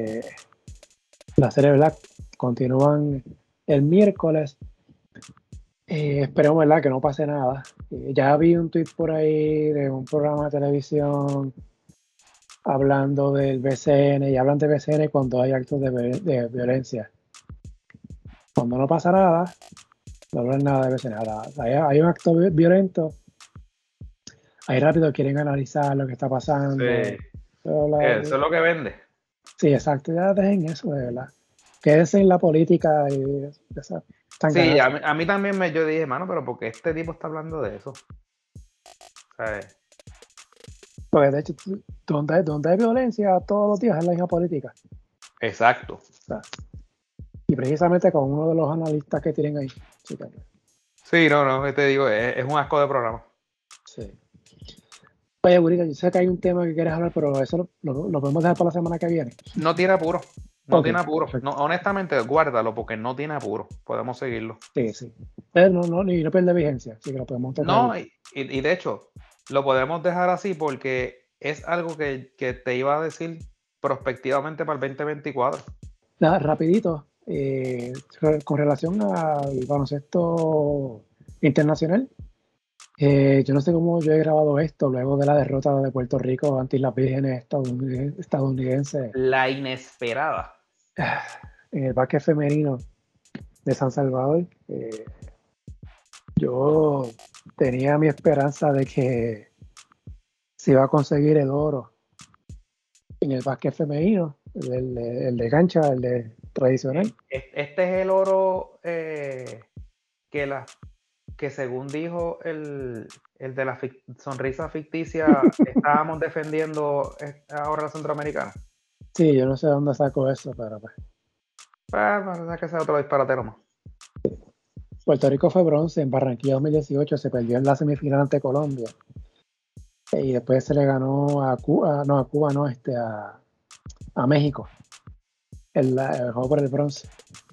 La serie Black continúan el miércoles. Esperemos, ¿verdad? Que no pase nada. Ya vi un tweet por ahí de un programa de televisión hablando del BCN y hablan de BCN cuando hay actos de violencia. Cuando no pasa nada, no hablan nada de BCN. Ahora, hay un acto violento, ahí rápido quieren analizar lo que está pasando. Sí. Eso es lo que vende. Sí, exacto, ya dejen eso, de verdad. Quédense en la política y esa Sí, a mí también yo dije, mano, pero ¿por qué este tipo está hablando de eso? ¿Sabes? Porque de hecho, donde hay violencia todos los días es la misma política. Exacto. O sea, y precisamente con uno de los analistas que tienen ahí. Sí, no, te digo, es un asco de programa. Sí. Oye, Gurita, yo sé que hay un tema que quieres hablar, pero eso lo podemos dejar para la semana que viene. No tiene apuro. No tiene apuro. Perfecto. No, honestamente, guárdalo porque no tiene apuro. Podemos seguirlo. Sí. Pero no pierde vigencia, así que lo podemos tocar. No, y de hecho, lo podemos dejar así porque es algo que te iba a decir prospectivamente para el 2024. Nada, rapidito, con relación al baloncesto internacional, yo no sé cómo yo he grabado esto luego de la derrota de Puerto Rico ante las Vírgenes estadounidenses La inesperada. en el básquet femenino de San Salvador. Yo tenía mi esperanza de que se iba a conseguir el oro en el básquet femenino, el de cancha, el de tradicional. Este es el oro que según dijo el de la sonrisa ficticia, estábamos defendiendo ahora la centroamericana. Sí, yo no sé dónde saco eso, pero pues. Parece que sea otro disparatero más. Puerto Rico fue bronce en Barranquilla 2018, se perdió en la semifinal ante Colombia. Y después se le ganó a Cuba, a México, el juego por el bronce.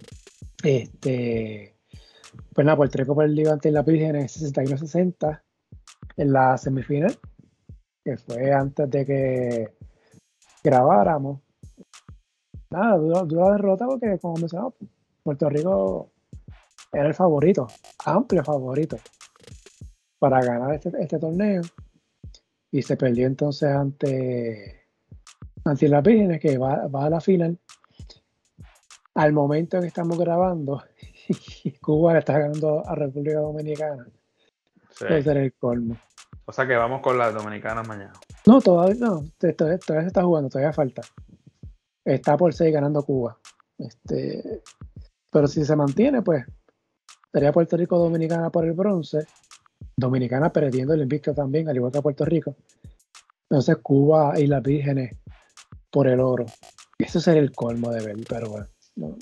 Pues nada, Puerto Rico perdió ante la Vírgenes 61-60 en la semifinal, que fue antes de que grabáramos. Nada, dura derrota porque, como mencionaba, Puerto Rico era el favorito, amplio favorito, para ganar este torneo. Y se perdió entonces ante las Vírgenes, que va a la final. Al momento en que estamos grabando, Cuba le está ganando a República Dominicana. Sí. Debe ser el colmo. O sea que vamos con las dominicanas mañana. No, todavía no. Todavía se está jugando, todavía falta. Está por 6 ganando Cuba. Pero si se mantiene, pues sería Puerto Rico Dominicana por el bronce. Dominicana perdiendo el invicto también, al igual que Puerto Rico. Entonces Cuba y las Vírgenes por el oro. Eso sería el colmo de ver, pero bueno. No.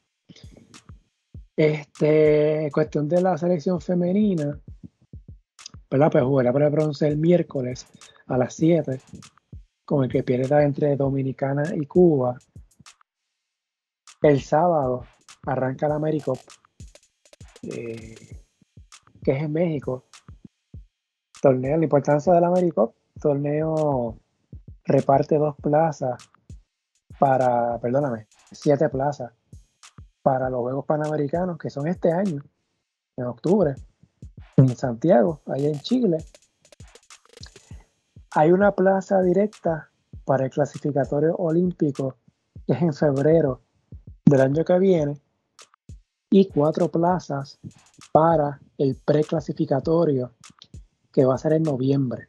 Cuestión de la selección femenina, ¿verdad? Pues jugará por el bronce el miércoles a las 7, con el que pierda entre Dominicana y Cuba. El sábado arranca la AmeriCup, que es en México. La importancia de la AmeriCup, torneo reparte 7 plazas para los Juegos Panamericanos, que son este año, en octubre, en Santiago, allá en Chile. Hay una plaza directa para el clasificatorio olímpico, que es en febrero del año que viene, y 4 plazas para el preclasificatorio, que va a ser en noviembre.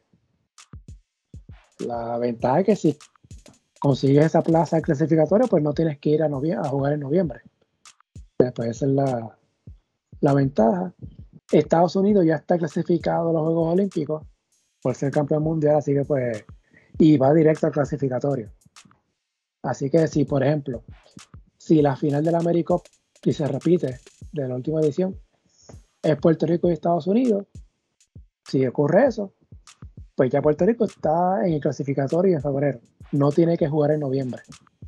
La ventaja es que si consigues esa plaza de clasificatorio, pues no tienes que ir a jugar en noviembre. Pues esa es la ventaja. Estados Unidos ya está clasificado a los Juegos Olímpicos por ser campeón mundial, así que pues, y va directo al clasificatorio. Así que si, por ejemplo, si la final de la AmeriCup, y se repite de la última edición, es Puerto Rico y Estados Unidos, si ocurre eso, pues ya Puerto Rico está en el clasificatorio en febrero, no tiene que jugar en noviembre.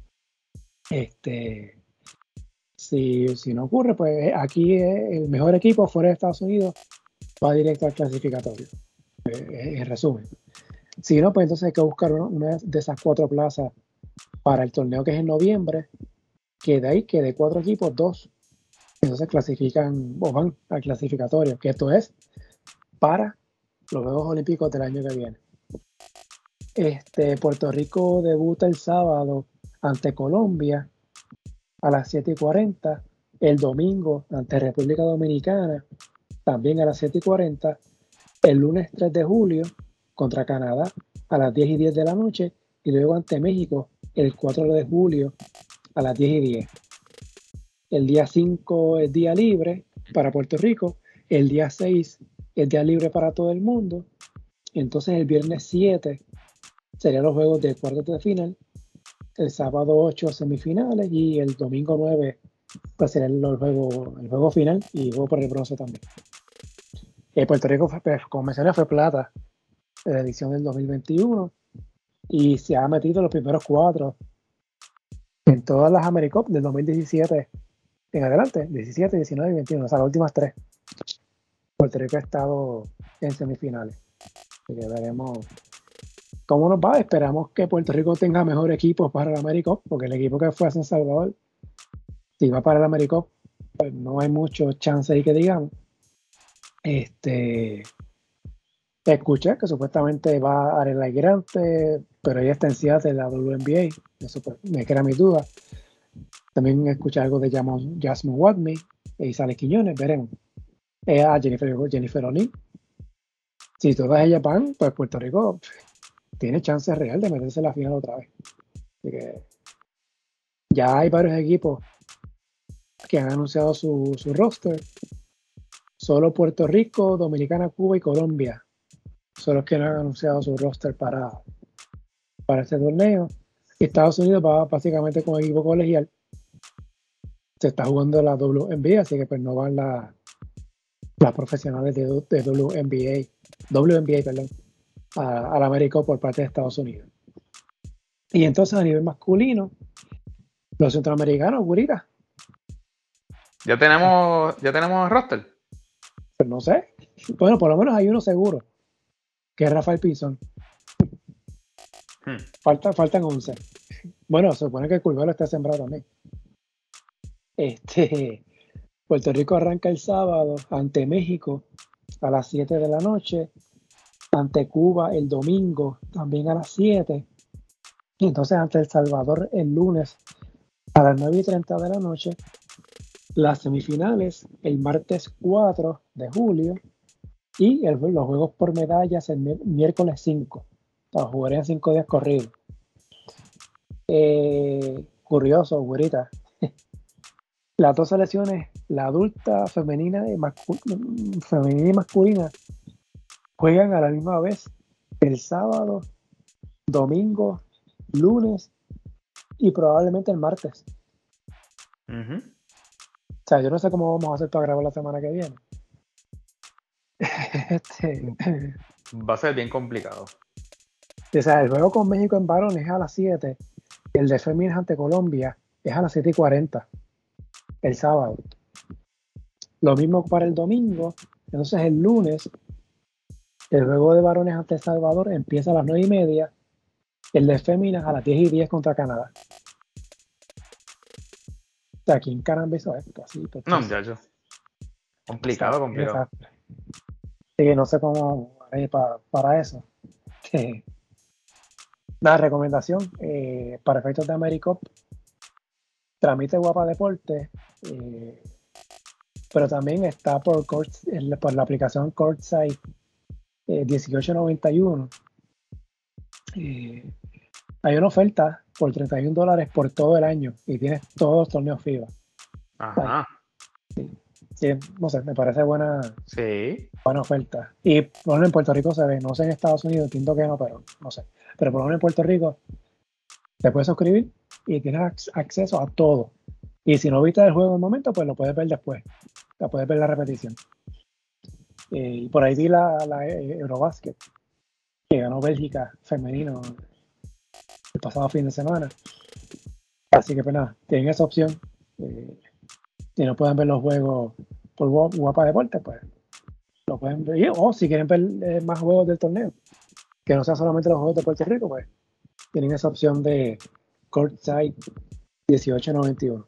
Si no ocurre, pues aquí el mejor equipo fuera de Estados Unidos va directo al clasificatorio, en resumen. Si no, pues entonces hay que buscar una de esas 4 plazas para el torneo que es en noviembre, que de ahí, que de 4 equipos, 2 entonces clasifican o van al clasificatorio, que esto es para los Juegos Olímpicos del año que viene. Puerto Rico debuta el sábado ante Colombia a las 7:40 El domingo ante República Dominicana, también a las 7:40. El lunes 3 de julio contra Canadá a las 10:10 de la noche. Y luego ante México el 4 de julio a las 10:10. El día 5 es día libre para Puerto Rico. El día 6 es día libre para todo el mundo. Entonces el viernes 7 serían los juegos de cuartos de final. El sábado 8 semifinales y el domingo 9 pues será el juego final y juego por el bronce también. Puerto Rico, como mencioné, fue plata en la edición del 2021 y se ha metido en los primeros 4 en todas las AmeriCup del 2017 en adelante, 17, 19 y 21, o sea, las últimas 3. Puerto Rico ha estado en semifinales. Así que veremos cómo nos va. Esperamos que Puerto Rico tenga mejor equipo para la AmeriCup, porque el equipo que fue a San Salvador, si va para la AmeriCup, pues no hay mucho chance ahí que digamos. Escuché que supuestamente va a Arela Grande, pero ella está en Seattle de la WNBA. Eso pues, me crea mi duda. También escuché algo de Jasmine Watney y Sales Quiñones, veremos. A Jennifer O'Neill. Si todas ellas van, pues Puerto Rico tiene chance real de meterse en la final otra vez. Así que ya hay varios equipos que han anunciado su roster. Solo Puerto Rico, Dominicana, Cuba y Colombia son los que no han anunciado su roster para este torneo. Estados Unidos va básicamente con equipo colegial. Se está jugando la WNBA, así que pues no van las profesionales de WNBA, perdón, a la América por parte de Estados Unidos. Y entonces a nivel masculino, los centroamericanos, Gurita. ¿Ya tenemos roster? Pues no sé. Bueno, por lo menos hay uno seguro, que es Rafael Pinzón. Faltan 11. Bueno, se supone que el Culvelo está sembrado también. Puerto Rico arranca el sábado ante México a las 7 de la noche, ante Cuba el domingo también a las 7, y entonces ante El Salvador el lunes a las 9:30 de la noche. Las semifinales el martes 4 de julio y los juegos por medallas el miércoles 5. Jugarían 5 días corridos. Curioso, Gurita. Las dos selecciones, la adulta femenina y masculina, juegan a la misma vez el sábado, domingo, lunes y probablemente el martes. O sea, yo no sé cómo vamos a hacer para grabar la semana que viene. Va a ser bien complicado. O sea, el juego con México en varones es a las 7. El de féminas ante Colombia es a las 7:40 el sábado. Lo mismo para el domingo. Entonces el lunes el juego de varones ante El Salvador empieza a las 9:30. El de féminas a las 10:10 contra Canadá. O sea, ¿quién caramba hizo esto? Así, pues, no, muchacho. Complicado. Así que no sé cómo haré para eso. La recomendación para efectos de AmeriCup, tramite Guapa Deporte, pero también está por la aplicación Courtside 18.91. Hay una oferta por $31 por todo el año y tienes todos los torneos FIBA. Ajá. Sí, no sé, me parece buena oferta. Y por lo menos en Puerto Rico se ve, no sé en Estados Unidos, entiendo que no, pero no sé. Pero por lo menos en Puerto Rico te puedes suscribir y tienes acceso a todo. Y si no viste el juego en el momento, pues lo puedes ver después. La puedes ver la repetición. Y por ahí vi la Eurobasket, que ganó Bélgica femenino el pasado fin de semana. Así que pues nada, tienen esa opción. Si no pueden ver los juegos por Guapa Deporte, pues lo pueden ver. O si quieren ver más juegos del torneo, que no sean solamente los juegos de Puerto Rico, pues tienen esa opción de Courtside 18.91.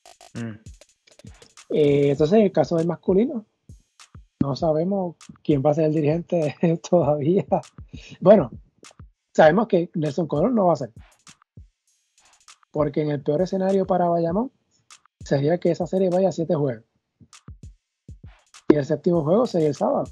Entonces, en el caso del masculino, no sabemos quién va a ser el dirigente todavía. Bueno, sabemos que Nelson Colón no va a ser. Porque en el peor escenario para Bayamón, sería que esa serie vaya a 7 juegos. Y el séptimo juego sería el sábado.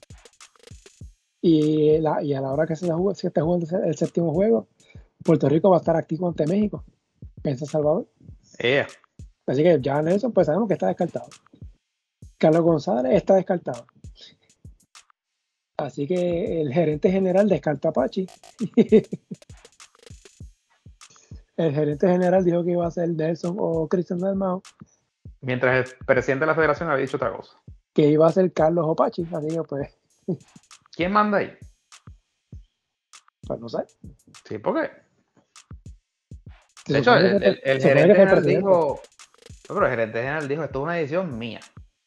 Y a la hora que se esté jugando el séptimo juego, Puerto Rico va a estar activo ante México en San Salvador. Así que ya Nelson, pues sabemos que está descartado. Carlos González está descartado. Así que el gerente general descartó a Pachi. El gerente general dijo que iba a ser Nelson o Cristian Dalmau. Mientras el presidente de la federación había dicho otra cosa. Que iba a ser Carlos o Pachi. Así que pues. ¿Quién manda ahí? Pues no sé. Sí, porque. Se De hecho, supone el gerente general dijo. No, pero el gerente general dijo: esto es una decisión mía.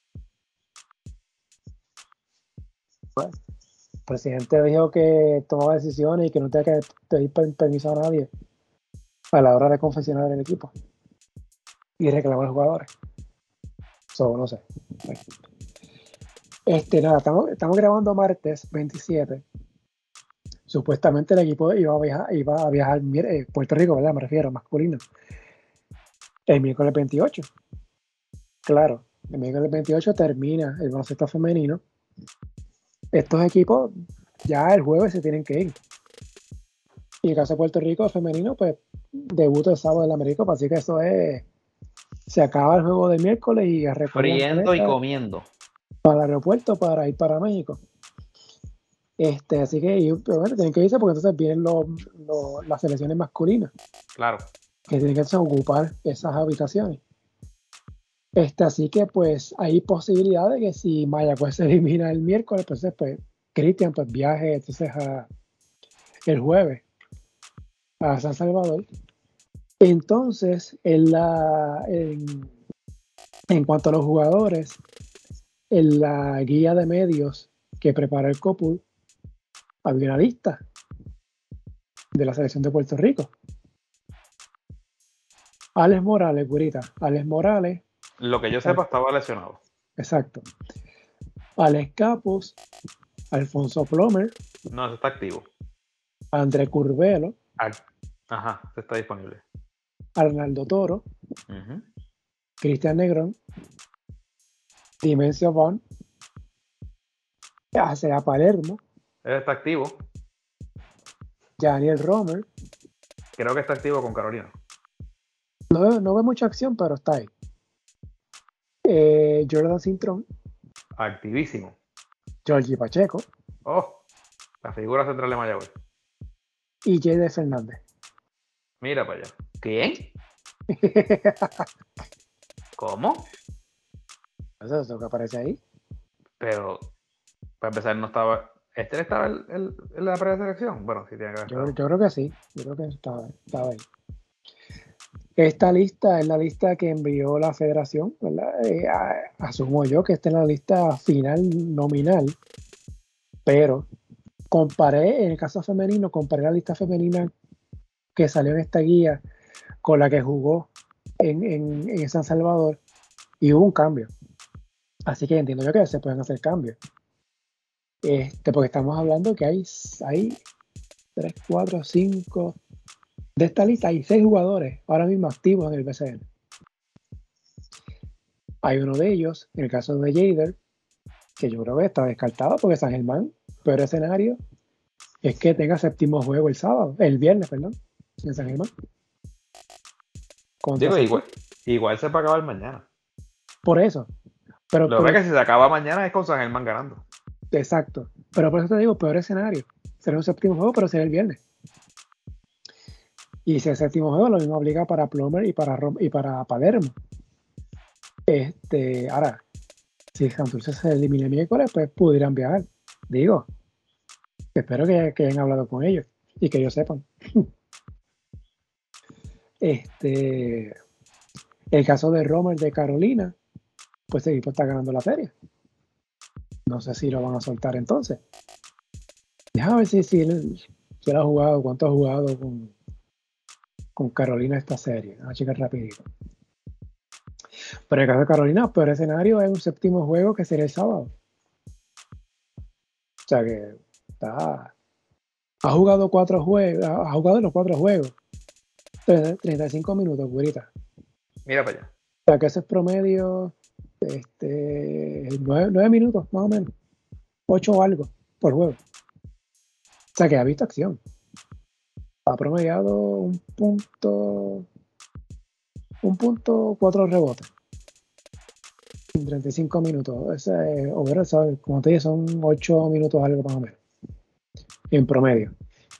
Pues, el presidente dijo que tomaba decisiones y que no tenía que pedir permiso a nadie a la hora de confeccionar el equipo y reclamar a los jugadores. So, no sé. Bueno. Nada, estamos grabando martes 27. Supuestamente el equipo iba a viajar Puerto Rico, ¿verdad? Me refiero, masculino. El miércoles 28. Claro, el miércoles 28 termina el baloncesto femenino. Estos equipos ya el jueves se tienen que ir. Y en el caso de Puerto Rico femenino, pues debuta el sábado del América, así que eso es. Se acaba el juego de miércoles y a recoger friendo y comiendo para el aeropuerto para ir para México. Así que bueno, tienen que irse porque entonces vienen las selecciones masculinas. Claro. Que tienen que ocupar esas habitaciones. Así que pues hay posibilidad de que si Mayagüez se elimina el miércoles, pues Cristian pues viaje entonces el jueves a San Salvador. Entonces, en cuanto a los jugadores, en la guía de medios que prepara el COPUL, había una lista de la selección de Puerto Rico. Alex Morales, Gurita. Alex Morales. Lo que yo sepa, estaba lesionado. Exacto. Alex Capos, Alfonso Plomer. No, eso está activo. André Curvelo. Ajá, está disponible. Arnaldo Toro. Cristian Negrón. Dimensio Van. Hacia Palermo. Él está activo. Daniel Romer. Creo que está activo con Carolina. No ve mucha acción, pero está ahí. Jordan Cintrón. Activísimo. Georgie Pacheco. Oh, la figura central de Mayagüez. Y Jade Fernández. Mira para allá. ¿Quién? ¿Cómo? Eso es lo que aparece ahí. Pero, para empezar, no estaba. ¿Estaba en la preselección? Bueno, sí tiene que haber. Yo creo que sí. Yo creo que estaba ahí. Esta lista es la lista que envió la federación, ¿verdad? Asumo yo que esta es la lista final nominal, pero en el caso femenino, comparé la lista femenina que salió en esta guía con la que jugó en San Salvador y hubo un cambio. Así que entiendo yo que se pueden hacer cambios. Porque estamos hablando que hay 3, 4, 5... De esta lista hay 6 jugadores ahora mismo activos en el BCN. Hay uno de ellos, en el caso de Jader, que yo creo que está descartado porque San Germán, peor escenario es que tenga séptimo juego el viernes, perdón, en San Germán. Digo, igual se puede acabar mañana. Por eso. Pero lo que pasa es que si se acaba mañana es con San Germán ganando. Exacto. Pero por eso te digo, peor escenario. Será un séptimo juego, pero será el viernes. Y si el séptimo juego lo mismo aplica para Plomer y para Palermo. Ahora, si Santurce se elimina el miércoles, pues pudieran viajar. Digo, espero que hayan hablado con ellos y que ellos sepan. El caso de Romer de Carolina, pues el equipo está ganando la serie. No sé si lo van a soltar entonces. Déjame ver si él ha jugado, cuánto ha jugado con Carolina esta serie. Vamos a checar rapidito. Pero en el caso de Carolina, peor escenario es un séptimo juego que sería el sábado. O sea que ha jugado 4 juegos, ha jugado los 4 juegos. 35 minutos, güerita. Mira para allá. sea que ese es promedio 9 minutos, más o menos. 8 o algo por juego. O sea que ha visto acción. Ha promediado un punto 4 rebotes en 35 minutos. ¿Sabes? Como te dije, son 8 minutos algo más o menos. En promedio.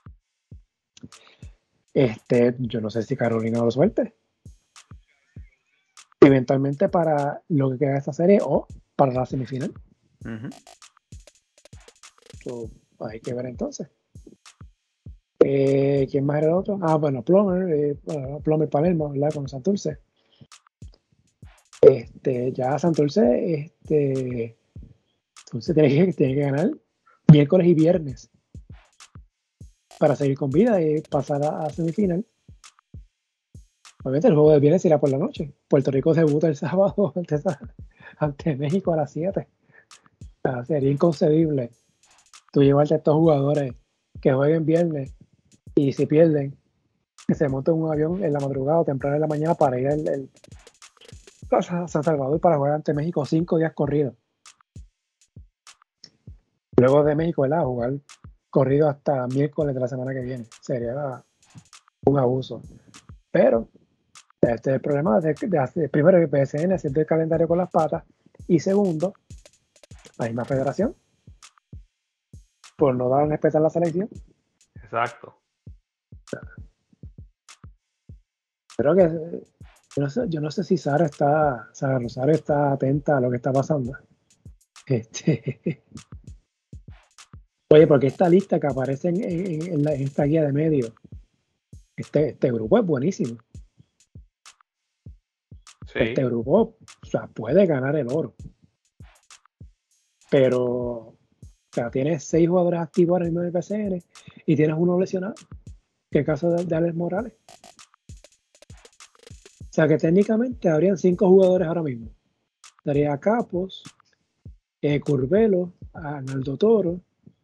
Yo no sé si Carolina lo suelte. Eventualmente para lo que queda de esta serie o para la semifinal. Uh-huh. So, hay que ver entonces. ¿Quién más era el otro? Bueno, Plummer Palermo, ¿verdad? Con Santurce. Ya Santurce, entonces tiene que ganar miércoles y viernes para seguir con vida y pasar a semifinal. Obviamente el juego del viernes irá por la noche. Puerto Rico debuta el sábado ante México a las 7. O sea, sería inconcebible tú llevarte a estos jugadores que jueguen viernes y si pierden, que se monten en un avión en la madrugada o temprano en la mañana para ir a San Salvador para jugar ante México 5 días corridos. Luego de México, ¿verdad? Jugar corrido hasta miércoles de la semana que viene. Sería un abuso. Pero este es el problema primero el PSN haciendo el calendario con las patas y segundo, la misma federación por no dar a respetar la selección. Exacto. Creo que yo no sé si Sara Rosario está atenta a lo que está pasando. Oye, porque esta lista que aparece en esta guía de medios, este grupo es buenísimo. Sí. Este grupo, o sea, puede ganar el oro. Pero, o sea, tienes 6 jugadores activos ahora mismo en el PCN y tienes uno lesionado, que es el caso de Alex Morales. O sea, que técnicamente habrían 5 jugadores ahora mismo. Estaría Capos, Curvelo, Arnaldo Toro,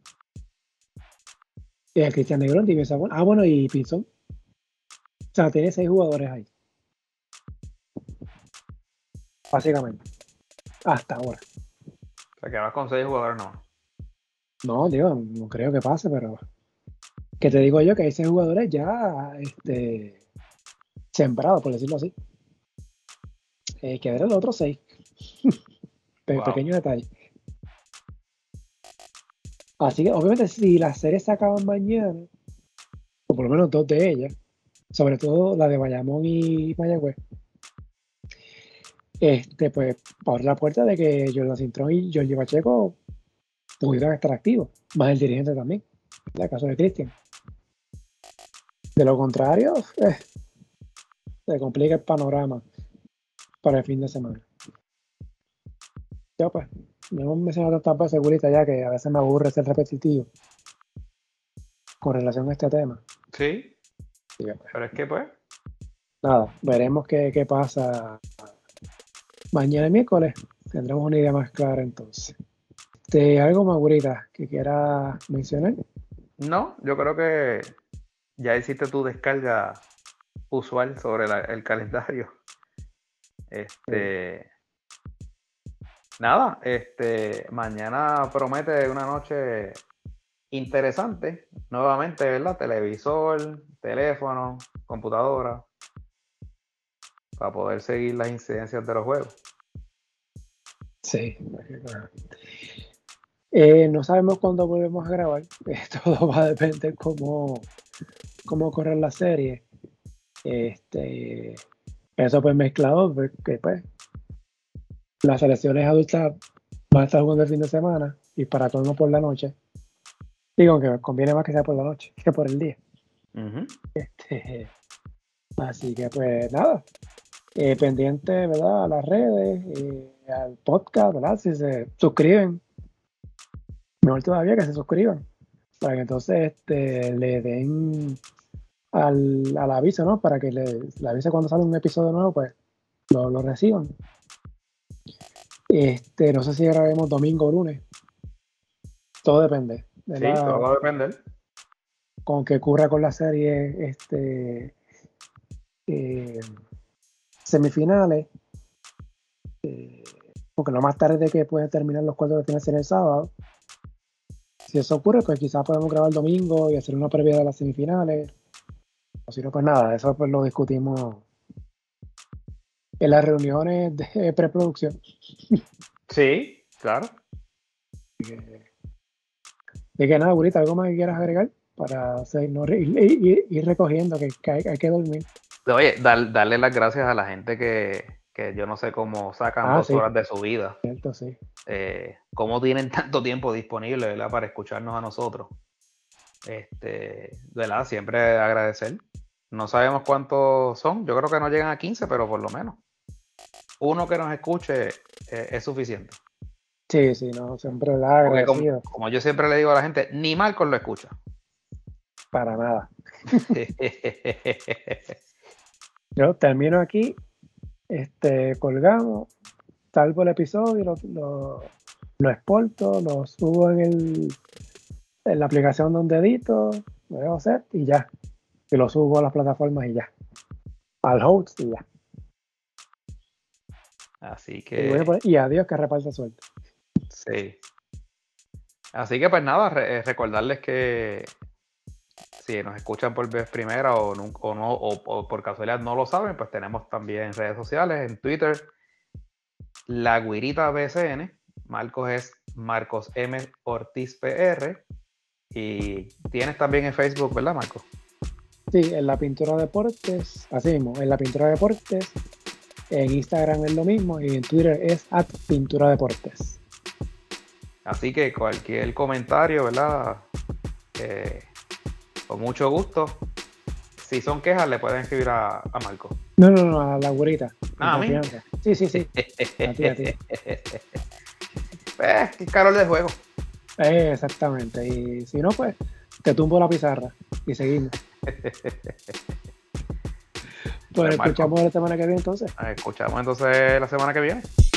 Cristian Negrón, bueno, y Pinzón. O sea, tiene 6 jugadores ahí. Básicamente. Hasta ahora. O sea, que vas con 6 jugadores, no. No, digo, no creo que pase, pero que te digo yo que hay 6 jugadores ya sembrados, por decirlo así. Que ver los otros 6. Wow. Pequeño detalle. Así que, obviamente, si las series se acaban mañana, o por lo menos 2 de ellas, sobre todo la de Bayamón y Mayagüez, pues abre la puerta de que Jordan Cintrón y Giorgi Pacheco pudieran estar activos, más el dirigente también, en el caso de Cristian. De lo contrario, se complica el panorama para el fin de semana. Yo, pues, me hemos mencionado tantas veces, segurita ya, que a veces me aburre ser repetitivo con relación a este tema. Sí. Sí, pues, Pero es que, pues. nada, veremos qué pasa mañana miércoles. Tendremos una idea más clara entonces. ¿Algo, Maurita, que quiera mencionar? No, yo creo que ya hiciste tu descarga usual sobre el calendario. Nada, mañana promete una noche interesante. Nuevamente, ¿verdad? Televisor, teléfono, computadora, para poder seguir las incidencias de los juegos. Sí. No sabemos cuándo volvemos a grabar. Todo va a depender cómo corre la serie. Eso pues mezclado, porque pues las selecciones adultas van a estar jugando el fin de semana y para todo por la noche. Digo que conviene más que sea por la noche que por el día. Uh-huh. Así que pues nada, pendiente, ¿verdad? A las redes, al podcast, ¿verdad? Si se suscriben, mejor todavía que se suscriban, para que entonces le den al aviso, ¿no? Para que le avise cuando sale un episodio nuevo, pues lo reciban. No sé si grabemos domingo o lunes. Todo depende. Sí, todo va a depender. Con que ocurra con la serie semifinales Porque lo más tarde que pueden terminar los cuartos de final será el sábado. Si eso ocurre, pues quizás podemos grabar el domingo y hacer una previa de las semifinales. O si no, pues nada, eso pues lo discutimos en las reuniones de preproducción. Sí, claro. De que nada, Burita, ¿algo más que quieras agregar? Para ir recogiendo, que hay que dormir. Oye, darle las gracias a la gente que yo no sé cómo sacan 2 horas de su vida. Cierto, sí. Cómo tienen tanto tiempo disponible, ¿verdad? Para escucharnos a nosotros. ¿Verdad? Siempre agradecer. No sabemos cuántos son. Yo creo que no llegan a 15, pero por lo menos uno que nos escuche es suficiente. Sí, sí, no, siempre la agradecido. Como yo siempre le digo a la gente, ni Marcos lo escucha. Para nada. Yo termino aquí, colgamos, salvo el episodio, lo exporto, lo subo en la aplicación donde edito, lo dejo set y ya. Y lo subo a las plataformas y ya. Al host y ya. Así que... Y adiós, que reparta suerte. Sí. Así que pues nada, recordarles que si nos escuchan por vez primera o por casualidad no lo saben, pues tenemos también redes sociales, en Twitter, La Guirita BCN, Marcos es Marcos M. Ortiz PR, y tienes también en Facebook, ¿verdad, Marcos? Sí, en La Pintura Deportes, así mismo, en La Pintura Deportes, en Instagram es lo mismo y en Twitter es @PinturaDeportes. Así que cualquier comentario, ¿verdad? Con mucho gusto. Si son quejas, le pueden escribir a Marco. No, a la güerita. ¿A mí? Sí. A ti. Qué calor de juego. Exactamente. Y si no, pues te tumbo la pizarra y seguimos. Pues escuchamos la semana que viene entonces. Escuchamos entonces la semana que viene.